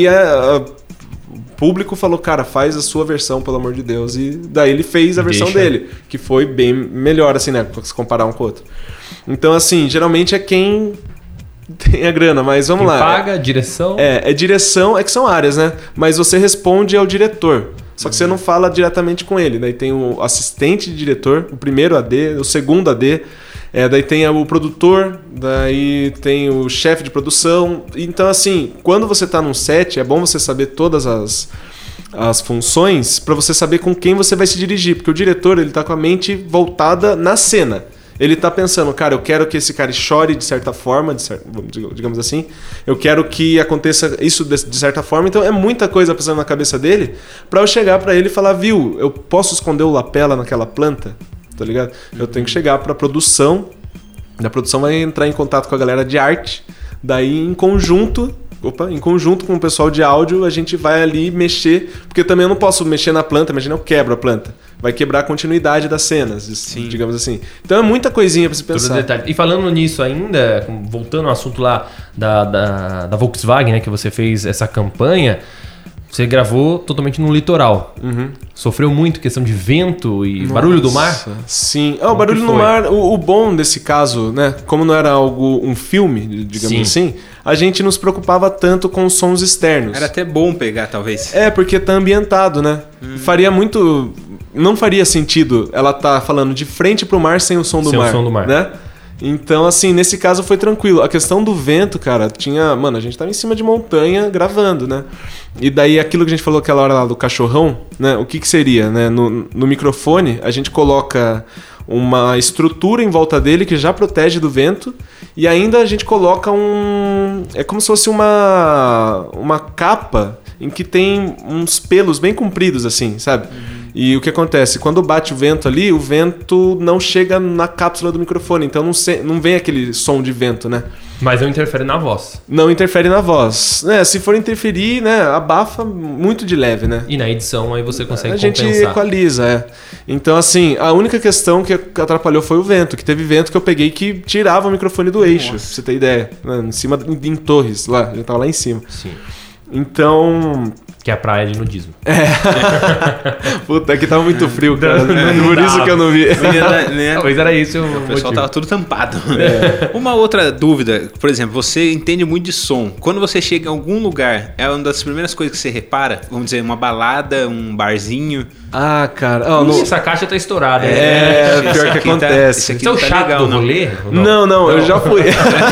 o público falou, cara, faz a sua versão, pelo amor de Deus. E daí ele fez a versão dele, que foi bem melhor, assim, né? Se comparar um com o outro. Então, assim, geralmente é quem tem a grana, mas vamos lá. Paga, direção. Direção, que são áreas, né? Mas você responde ao diretor. Só que você não fala diretamente com ele. Daí tem o assistente de diretor, o primeiro AD, o segundo AD. Daí tem o produtor, daí tem o chefe de produção. Então, assim, quando você está num set, é bom você saber todas as funções para você saber com quem você vai se dirigir. Porque o diretor, ele tá com a mente voltada na cena. Ele tá pensando, cara, eu quero que esse cara chore de certa forma, digamos assim. Eu quero que aconteça isso de certa forma. Então é muita coisa passando na cabeça dele pra eu chegar pra ele e falar, viu, eu posso esconder o lapela naquela planta? Tá ligado? Eu tenho que chegar pra produção. A produção vai entrar em contato com a galera de arte. Daí, em conjunto com o pessoal de áudio, a gente vai ali mexer, porque também eu não posso mexer na planta, imagina eu quebro a planta. Vai quebrar a continuidade das cenas, digamos assim. Então é muita coisinha pra se pensar. E falando nisso ainda, voltando ao assunto lá da Volkswagen, né, que você fez essa campanha, você gravou totalmente no litoral. Sofreu muito questão de vento e barulho do mar? Sim. O barulho no mar, o bom desse caso, né? Como não era um filme, digamos assim, a gente não se preocupava tanto com os sons externos. Era até bom pegar, talvez. Porque tá ambientado, né? Não faria sentido ela tá falando de frente pro mar sem o som do mar. Sem o som do mar. Né? Então, assim, nesse caso foi tranquilo. A questão do vento, cara, a gente tava em cima de montanha gravando, né? E daí aquilo que a gente falou aquela hora lá do cachorrão, né? O que seria, né? No microfone, a gente coloca uma estrutura em volta dele que já protege do vento e ainda a gente coloca é como se fosse uma capa em que tem uns pelos bem compridos, assim, sabe? E o que acontece? Quando bate o vento ali, o vento não chega na cápsula do microfone, então não vem aquele som de vento, né? Mas não interfere na voz. Não interfere na voz. Se for interferir, né, abafa muito de leve, né? E na edição aí você consegue compensar. A gente equaliza, Então, assim, a única questão que atrapalhou foi o vento, que teve vento que eu peguei que tirava o microfone do eixo, pra você ter ideia. Né? Em Torres, lá, já tava lá em cima. Sim. Então... que é a praia de nudismo. Puta, aqui tava muito frio, cara. Por isso que eu não vi. Talvez era isso. O pessoal tava tudo tampado. Uma outra dúvida, por exemplo, você entende muito de som. Quando você chega em algum lugar, é uma das primeiras coisas que você repara? Vamos dizer, uma balada, um barzinho. Ah, cara. Essa caixa tá estourada. Pior que acontece. Esse é o chato do rolê? Não, eu já fui.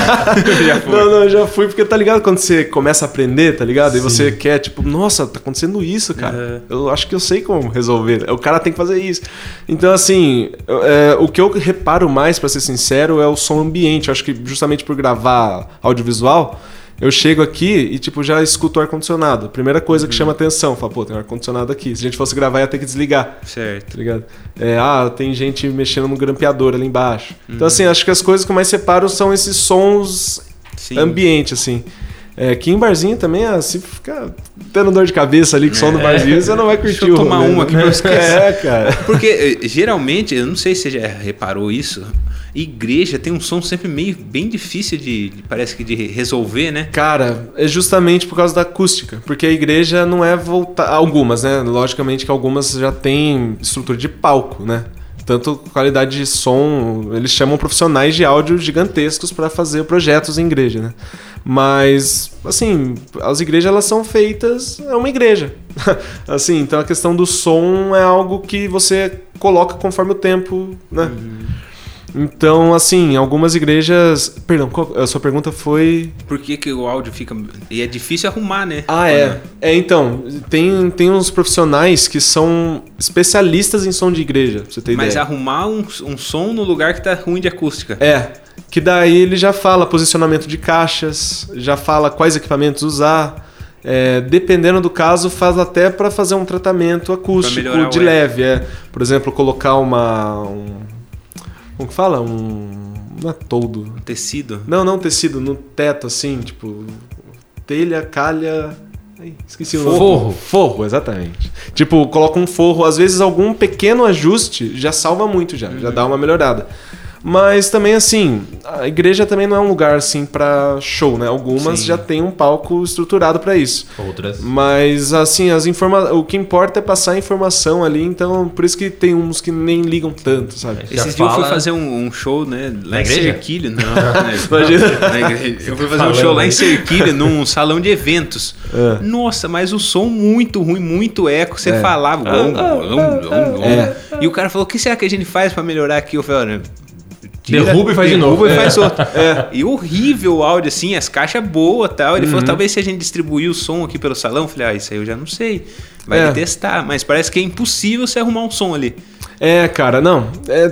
Eu já fui, porque tá ligado quando você começa a aprender, tá ligado? Sim. E você quer, tipo, nossa, tá acontecendo isso, cara. Eu acho que eu sei como resolver. O cara tem que fazer isso. Então, assim, o que eu reparo mais, pra ser sincero, é o som ambiente. Eu acho que justamente por gravar audiovisual, eu chego aqui e, tipo, já escuto o ar-condicionado. Primeira coisa que chama atenção. Fala, pô, tem um ar-condicionado aqui. Se a gente fosse gravar, ia ter que desligar. Certo. Tá ligado? Tem gente mexendo no grampeador ali embaixo. Então, assim, acho que as coisas que eu mais separo são esses sons ambiente, assim. Aqui em barzinho também, se ficar tendo dor de cabeça ali com o som do barzinho, você não vai curtir. Deixa eu tomar uma aqui pra eu esquecer. Cara. Porque, geralmente, eu não sei se você já reparou isso, igreja tem um som sempre bem difícil parece que de resolver, né? Cara, é justamente por causa da acústica. Porque a igreja não é voltada... Algumas, né? Logicamente que algumas já têm estrutura de palco, né? Tanto qualidade de som, eles chamam profissionais de áudio gigantescos para fazer projetos em igreja, né? Mas, assim, as igrejas elas são feitas... É uma igreja. Assim, então a questão do som é algo que você coloca conforme o tempo, né? Então, assim, algumas igrejas... Perdão, a sua pergunta foi... Por que o áudio fica... E é difícil arrumar, né? Então, tem uns profissionais que são especialistas em som de igreja, pra você ter ideia. Mas arrumar um som no lugar que tá ruim de acústica. Que daí ele já fala posicionamento de caixas, já fala quais equipamentos usar... dependendo do caso, faz até para fazer um tratamento acústico de leve. Por exemplo, colocar como que fala? Não é toldo. Um tecido? Não tecido. No teto, assim, tipo... Telha, calha... Esqueci o nome. Forro, exatamente. Tipo, coloca um forro. Às vezes, algum pequeno ajuste já salva muito, já dá uma melhorada. Mas também, assim, a igreja também não é um lugar, assim, pra show, né? Algumas já tem um palco estruturado pra isso. Outras. Mas, assim, o que importa é passar a informação ali, então, por isso que tem uns que nem ligam tanto, sabe? Esses dias eu fui fazer um show, né? Lá em Serquilho. Não, eu fui fazer um show lá em Serquilho, num salão de eventos. Nossa, mas o som muito ruim, muito eco. Você falava... E o cara falou, o que será que a gente faz pra melhorar aqui? Eu falei, olha... Derruba e faz de novo. E faz outro. E horrível o áudio, assim, as caixas boas e tal. Ele falou, talvez se a gente distribuir o som aqui pelo salão. Eu falei, isso aí eu já não sei. Vai testar. Mas parece que é impossível você arrumar um som ali. Cara, não.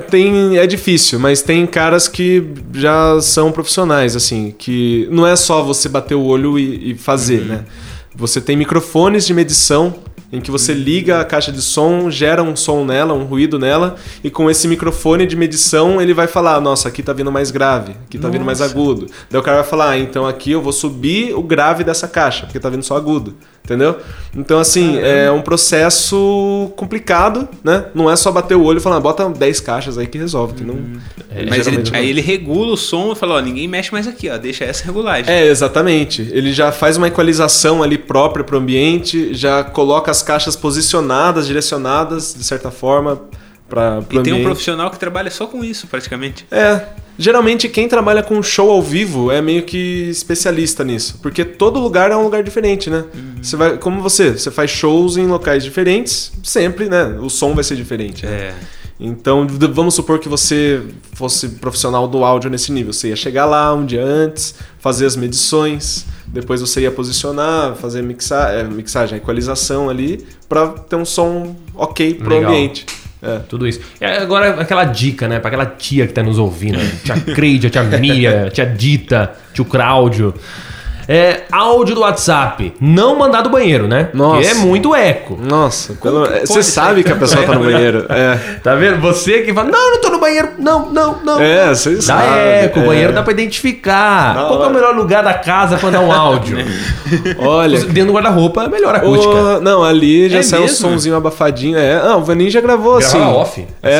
É difícil, mas tem caras que já são profissionais, assim, que não é só você bater o olho e fazer, né? Você tem microfones de medição em que você liga a caixa de som, gera um som nela, um ruído nela, e com esse microfone de medição ele vai falar, nossa, aqui tá vindo mais grave, aqui tá vindo mais agudo. Daí o cara vai falar, então aqui eu vou subir o grave dessa caixa, porque tá vindo só agudo, entendeu? Então, assim, é um processo complicado, né? Não é só bater o olho e falar, bota 10 caixas aí que resolve, que não... Mas aí ele regula o som e fala, ninguém mexe mais aqui, deixa essa regulagem. Exatamente. Ele já faz uma equalização ali própria pro ambiente, já coloca as caixas posicionadas, direcionadas, de certa forma, para o ambiente. E tem um profissional que trabalha só com isso, praticamente. Geralmente quem trabalha com show ao vivo é meio que especialista nisso, porque todo lugar é um lugar diferente, né? Você vai, como você faz shows em locais diferentes, sempre, né? O som vai ser diferente. Né? Então, vamos supor que você fosse profissional do áudio nesse nível. Você ia chegar lá um dia antes, fazer as medições, depois você ia posicionar, fazer mixagem, equalização ali, para ter um som ok pro ambiente. Tudo isso. E agora aquela dica, né? Pra aquela tia que tá nos ouvindo. Tia Creide, tia Mia, tia Dita, tio Cláudio. Áudio do WhatsApp. Não mandar do banheiro, né? Nossa. Porque é muito eco. Nossa. Você sabe que a pessoa tá no banheiro. Tá vendo? Você que fala, não tô no banheiro. Não. Você sabe. Dá eco. O banheiro dá pra identificar. Qual é o melhor lugar da casa pra dar um áudio? Olha. Dentro do guarda-roupa é melhor a acústica. Não, ali já sai um sonzinho abafadinho. O Vaninho já gravou assim. Gravava off.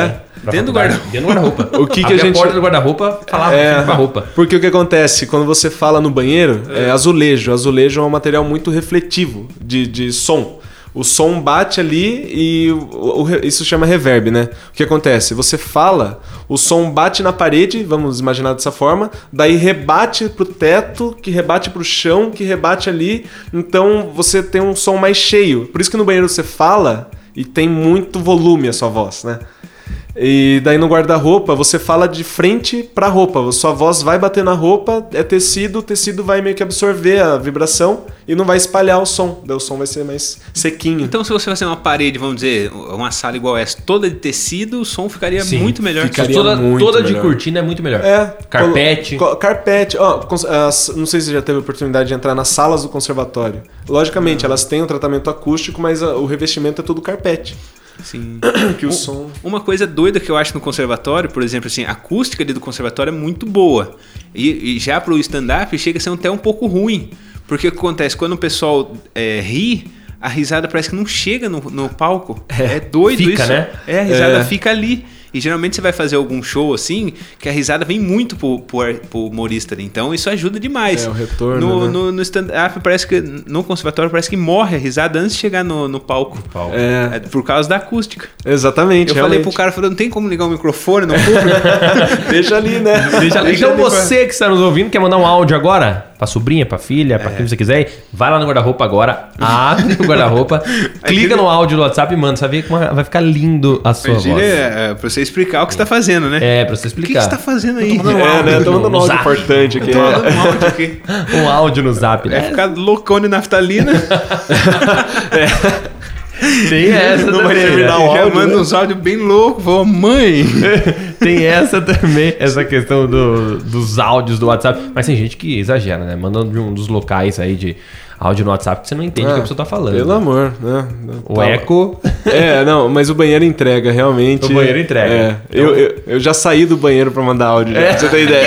Dentro do guarda-roupa. Dentro do guarda-roupa. O que a gente... a porta do guarda-roupa, falava com a roupa. Porque o que acontece? Quando você fala no banheiro, é azulejo. Azulejo é um material muito refletivo de som. O som bate ali e isso chama reverb, né? O que acontece? Você fala, o som bate na parede, vamos imaginar dessa forma, daí rebate pro teto, que rebate pro chão, que rebate ali. Então você tem um som mais cheio. Por isso que no banheiro você fala e tem muito volume a sua voz, né? E daí no guarda-roupa você fala de frente pra roupa, sua voz vai bater na roupa, é tecido, o tecido vai meio que absorver a vibração e não vai espalhar o som, daí o som vai ser mais sequinho. Então se você fazer uma parede, vamos dizer, uma sala igual essa, toda de tecido, o som ficaria muito melhor. Toda de cortina é muito melhor. Carpete. Carpete. Não sei se você já teve a oportunidade de entrar nas salas do conservatório. Logicamente, elas têm um tratamento acústico, mas o revestimento é todo carpete. Sim. Que o som... Uma coisa doida que eu acho no conservatório, por exemplo, assim, a acústica ali do conservatório é muito boa. E já pro stand-up chega a ser até um pouco ruim. Porque o que acontece? Quando o pessoal ri, a risada parece que não chega no palco. É doido fica, isso. Né? A risada fica ali. E geralmente você vai fazer algum show assim, que a risada vem muito pro humorista ali. Então isso ajuda demais. O retorno, no stand-up parece que... No conservatório parece que morre a risada antes de chegar no palco. É por causa da acústica. Exatamente. Eu falei pro cara, falei, não tem como ligar o microfone no público? Deixa ali, né? Então você que está nos ouvindo, quer mandar um áudio agora? Pra sobrinha, pra filha, pra quem você quiser, vai lá no guarda-roupa agora, abre o guarda-roupa, clica no áudio do WhatsApp e manda. Você vai ver como vai ficar lindo a sua voz. Pra você explicar o que você tá fazendo, né? Pra você explicar. O que você tá fazendo aí? Tô mandando um áudio importante aqui. Tô mandando um áudio aqui. Um áudio no zap, né? Vai ficar loucão de naftalina. Tem essa não também. Vai terminar o áudio, já manda uns áudios bem loucos. Falou, mãe. Tem essa também, essa questão dos áudios do WhatsApp. Mas tem gente que exagera, né? Mandando de um dos locais aí de áudio no WhatsApp que você não entende o que a pessoa tá falando. Pelo amor, né? O eco... não, mas o banheiro entrega, realmente. O banheiro entrega. Eu já saí do banheiro pra mandar áudio, pra você ter ideia.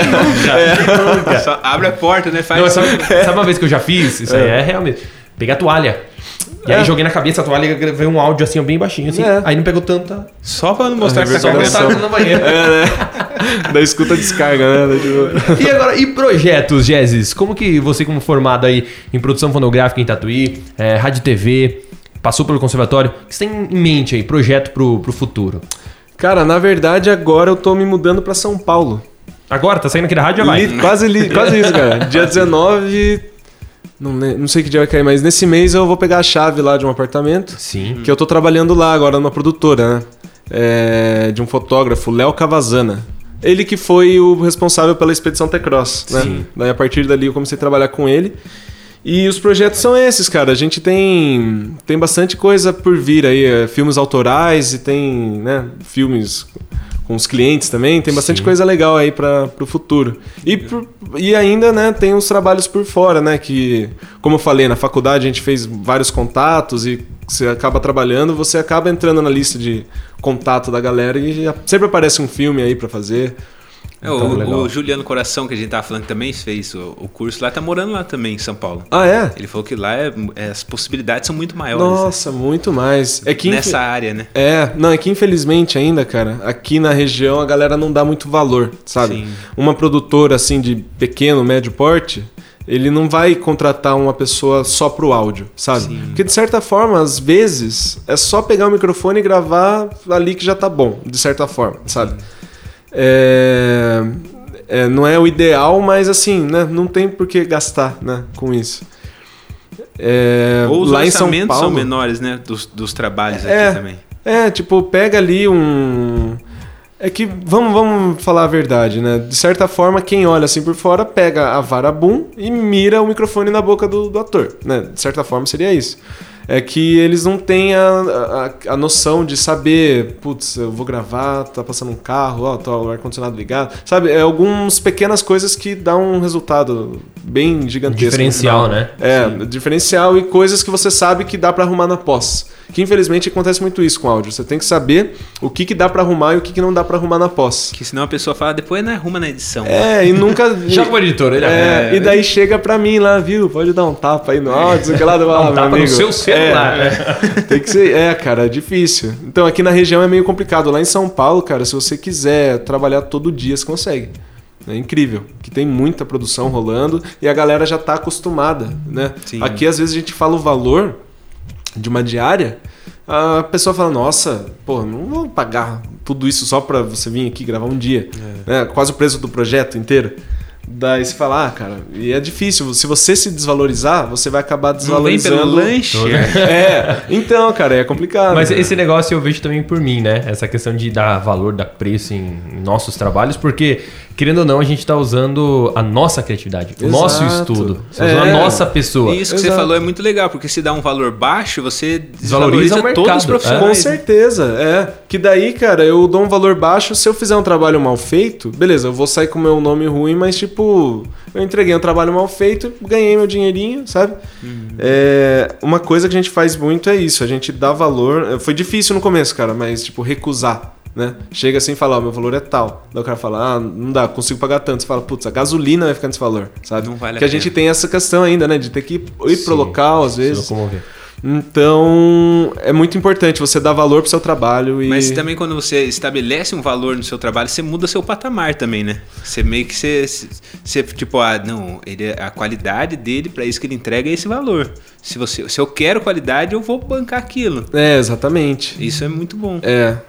Só abre a porta, né? Não, sabe uma vez que eu já fiz? Isso aí é realmente... Peguei a toalha. E aí joguei na cabeça a toalha e gravei um áudio assim, bem baixinho, assim. Aí não pegou tanta... Só pra não mostrar que tá só mostrar no banheiro. Né? Da escuta descarga, né? E agora, e projetos, Jéssica? Como que você, como formado aí em produção fonográfica em Tatuí, rádio e TV, passou pelo conservatório, o que você tem em mente aí, projeto pro futuro? Cara, na verdade, agora eu tô me mudando pra São Paulo. Agora? Tá saindo aqui da rádio, já vai? Quase isso, cara. Dia 19... Não sei que dia vai cair, mas nesse mês eu vou pegar a chave lá de um apartamento. Sim. Que eu tô trabalhando lá agora numa produtora, né? De um fotógrafo, Léo Cavazana. Ele que foi o responsável pela Expedição T-Cross, né? Sim. Daí a partir dali eu comecei a trabalhar com ele. E os projetos são esses, cara. A gente tem bastante coisa por vir aí. Filmes autorais e tem, né, filmes... com os clientes também, tem bastante coisa legal aí para o futuro. E ainda, né, tem os trabalhos por fora, né, que, como eu falei, na faculdade a gente fez vários contatos e você acaba trabalhando, você acaba entrando na lista de contato da galera e sempre aparece um filme aí para fazer. Então, o Juliano Coração, que a gente tava falando que também fez o curso lá, tá morando lá também em São Paulo. Ah, é? Ele falou que lá as possibilidades são muito maiores. Nossa, muito mais. Nessa área, né? É que infelizmente ainda, cara, aqui na região a galera não dá muito valor, sabe? Sim. Uma produtora assim de pequeno, médio porte, ele não vai contratar uma pessoa só pro áudio, sabe? Sim. Porque de certa forma, às vezes, é só pegar o microfone e gravar ali que já tá bom, de certa forma, sabe? Não é o ideal, mas assim, né, não tem por que gastar, né, com isso. Ou os lá em São orçamentos Paulo, são menores, né, dos trabalhos aqui também. Tipo, pega ali um... É que, vamos falar a verdade, né? De certa forma, quem olha assim por fora, pega a vara boom e mira o microfone na boca do ator, né? De certa forma, seria isso. É que eles não têm a noção de saber, putz, eu vou gravar, tá passando um carro, ó, tá o ar-condicionado ligado. Sabe, algumas pequenas coisas que dão um resultado bem gigantesco. Diferencial, né? Diferencial e coisas que você sabe que dá pra arrumar na pós. Que infelizmente acontece muito isso com áudio. Você tem que saber o que dá pra arrumar e o que não dá pra arrumar na pós. Que senão a pessoa fala, depois não arruma na edição. E nunca... Joga pro editor, ele E daí chega pra mim lá, viu? Pode dar um tapa aí no áudio, sei lá, um tapa no seu celular, né? Tem que ser... cara, é difícil. Então aqui na região é meio complicado. Lá em São Paulo, cara, se você quiser trabalhar todo dia, você consegue. É incrível, que tem muita produção rolando e a galera já tá acostumada, né? Sim. Aqui às vezes a gente fala o valor de uma diária, a pessoa fala, nossa, pô, não vou pagar tudo isso só pra você vir aqui gravar um dia, né? Quase o preço do projeto inteiro. Daí você fala, cara, e é difícil, se você se desvalorizar, você vai acabar desvalorizando. Não vem pelo lanche. Então, cara, é complicado. Mas esse negócio eu vejo também por mim, né? Essa questão de dar valor, dar preço em nossos trabalhos, porque, querendo ou não, a gente tá usando a nossa criatividade, o nosso estudo, usando a nossa pessoa. Isso que você falou é muito legal, porque se dá um valor baixo, você desvaloriza o mercado, todos os profissionais. Com certeza, Que daí, cara, eu dou um valor baixo, se eu fizer um trabalho mal feito, beleza, eu vou sair com o meu nome ruim, mas tipo, eu entreguei um trabalho mal feito, ganhei meu dinheirinho, sabe? Uma coisa que a gente faz muito é isso, a gente dá valor. Foi difícil no começo, cara, mas tipo, recusar, né? Chega assim e fala, meu valor é tal. Daí o cara fala, não dá, consigo pagar tanto. Você fala, putz, a gasolina vai ficar nesse valor, sabe? Não vale Porque a gente tem essa questão ainda, né? De ter que ir pro local, às vezes. Se locomover. Então, é muito importante você dar valor pro seu trabalho. Mas também quando você estabelece um valor no seu trabalho, você muda seu patamar também, né? Você meio que você tipo, a qualidade dele, para isso que ele entrega é esse valor. Se eu quero qualidade, eu vou bancar aquilo. Exatamente. Isso é muito bom.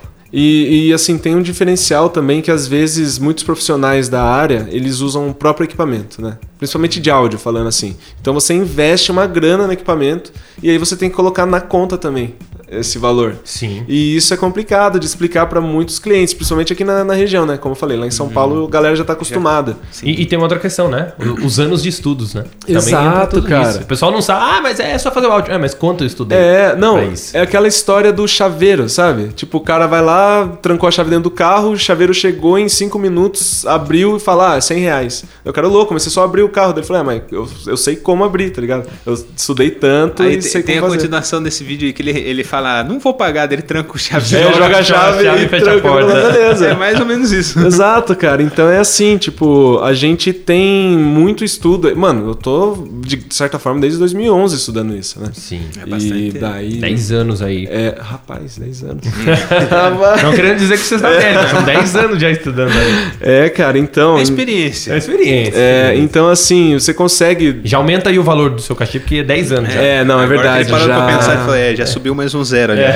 E assim, tem um diferencial também que às vezes muitos profissionais da área, eles usam o próprio equipamento, né? Principalmente de áudio, falando assim. Então você investe uma grana no equipamento e aí você tem que colocar na conta também esse valor. Sim. E isso é complicado de explicar para muitos clientes, principalmente aqui na região, né? Como eu falei, lá em São Paulo a galera já tá acostumada. E tem uma outra questão, né? Os anos de estudos, né? Exato, cara. Isso. O pessoal não sabe, mas é só fazer o áudio. Mas quanto eu estudei? É aquela história do chaveiro, sabe? Tipo, o cara vai lá, trancou a chave dentro do carro, o chaveiro chegou em 5 minutos, abriu e fala, é R$100. Eu quero louco, comecei só a abrir o carro. Daí ele falou, mas eu sei como abrir, tá ligado? Eu estudei tanto aí e sei tem como a fazer. Continuação desse vídeo aí que ele fala, não vou pagar, daí ele tranca o chaveiro. Joga a chave e fecha a porta. Beleza. É mais ou menos isso. Exato, cara. Então é assim, tipo, a gente tem muito estudo. Mano, eu tô, de certa forma, desde 2011 estudando isso, né? Sim. É bastante. E daí... 10 anos aí. Rapaz, 10 anos. Não querendo dizer que você está velho, mas são 10 anos já estudando aí. Cara, então... É experiência. Então assim, você consegue... Já aumenta aí o valor do seu cachê, porque é 10 anos já. Não, é Agora verdade. Ele parou pra pensar e falou, já subiu mais um zero ali.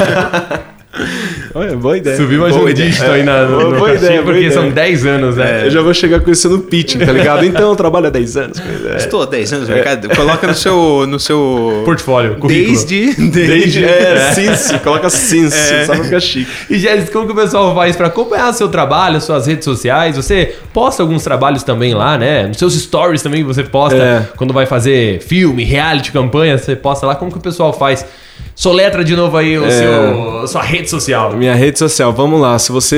Olha, boa ideia. Subiu mais um dígito aí no boa cachê, ideia, porque boa são ideia. 10 anos, né? Eu já vou chegar com isso no pitching, tá ligado? Então, eu trabalho há 10 anos. Estou há 10 anos no mercado. Coloca no seu Portfólio, currículo. Desde Since, coloca Since, só pra ficar chique. E Jéssica, como que o pessoal faz pra acompanhar o seu trabalho, suas redes sociais? Você posta alguns trabalhos também lá, né? Nos seus stories também que você posta quando vai fazer filme, reality, campanha, você posta lá. Como que o pessoal faz? Soletra de novo aí sua rede social. Minha rede social, vamos lá. Se você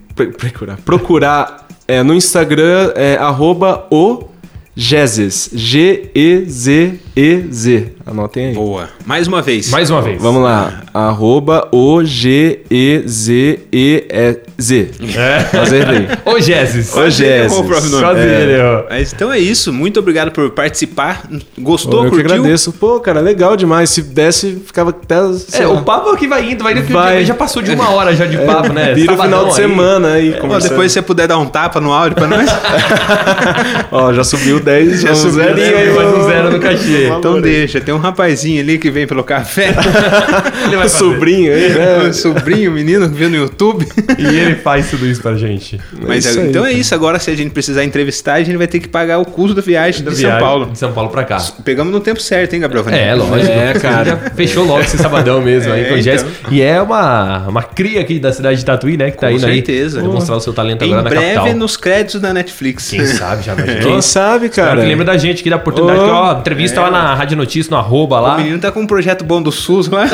procurar no Instagram, @ogezes, Gezez. Anotem aí. Boa. Mais uma vez. Vamos lá. @ogezez. Acertei. Ogezes. Mas então é isso. Muito obrigado por participar. Gostou, eu curtiu? que agradeço. Pô, cara, legal demais. Se desse, ficava até... O papo aqui vai indo, que já passou de 1 hora já de papo, né? Vira o final de semana aí. Depois se você puder dar um tapa no áudio pra nós. Já subiu 10, já subiu aí, mais um zero no cachê. Então deixa, tem um rapazinho ali que vem pelo café. Ele vai sobrinho aí, né? Um sobrinho, menino que vê no YouTube. E ele faz tudo isso pra gente. Mas então é isso. Agora, se a gente precisar entrevistar, a gente vai ter que pagar o custo da viagem de São Paulo. De São Paulo pra cá. Pegamos no tempo certo, hein, Gabriel? Lógico. Cara. Já fechou logo esse sabadão mesmo aí com o Jéssica. Então. E é uma cria aqui da cidade de Tatuí, né? Que tá Com indo certeza. aí demonstrar o seu talento agora na capital. Em breve nos créditos da Netflix. Quem sabe, já imaginou? Quem sabe, cara. Que lembra da gente aqui, da oportunidade. Entrevista lá na Rádio Notícias, no @ lá. O menino tá com um projeto bom do SUS lá.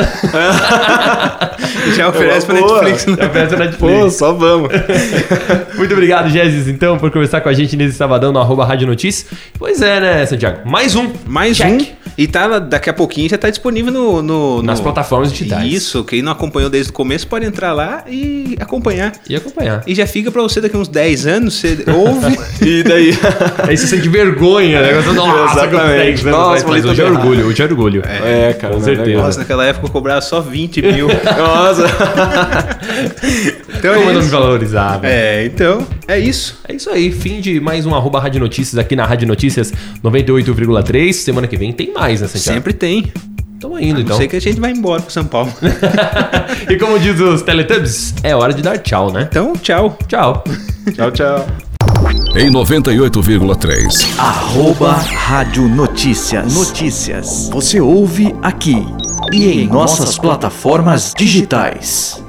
Já oferece pra Netflix. Já oferece pra Netflix. Pô, só vamos. Muito obrigado, Jéssica, então, por conversar com a gente nesse sabadão no @ Rádio Notícias. Pois é, né, Santiago? Mais um. Mais Check. um. E tá, daqui a pouquinho já tá disponível nas plataformas digitais. Isso, quem não acompanhou desde o começo pode entrar lá e acompanhar. E já fica pra você daqui uns 10 anos, você ouve. E daí? Aí você sente vergonha, né? Nossa, exatamente. Nossa, mas hoje é orgulho. Cara, com certeza. Nossa, naquela época eu cobrava só 20 mil. Nossa. Então como eu não me valorizava. Então, é isso. É isso aí, fim de mais um @Rádio Notícias aqui na Rádio Notícias 98,3. Semana que vem tem mais, né, Santiago? Sempre tem. Tamo indo, então. Não sei que a gente vai embora pro São Paulo. E como diz os Teletubbies, é hora de dar tchau, né? Então, tchau. Tchau. Tchau. Em 98,3. @Rádio Notícias. Notícias. Você ouve aqui e em nossas plataformas digitais.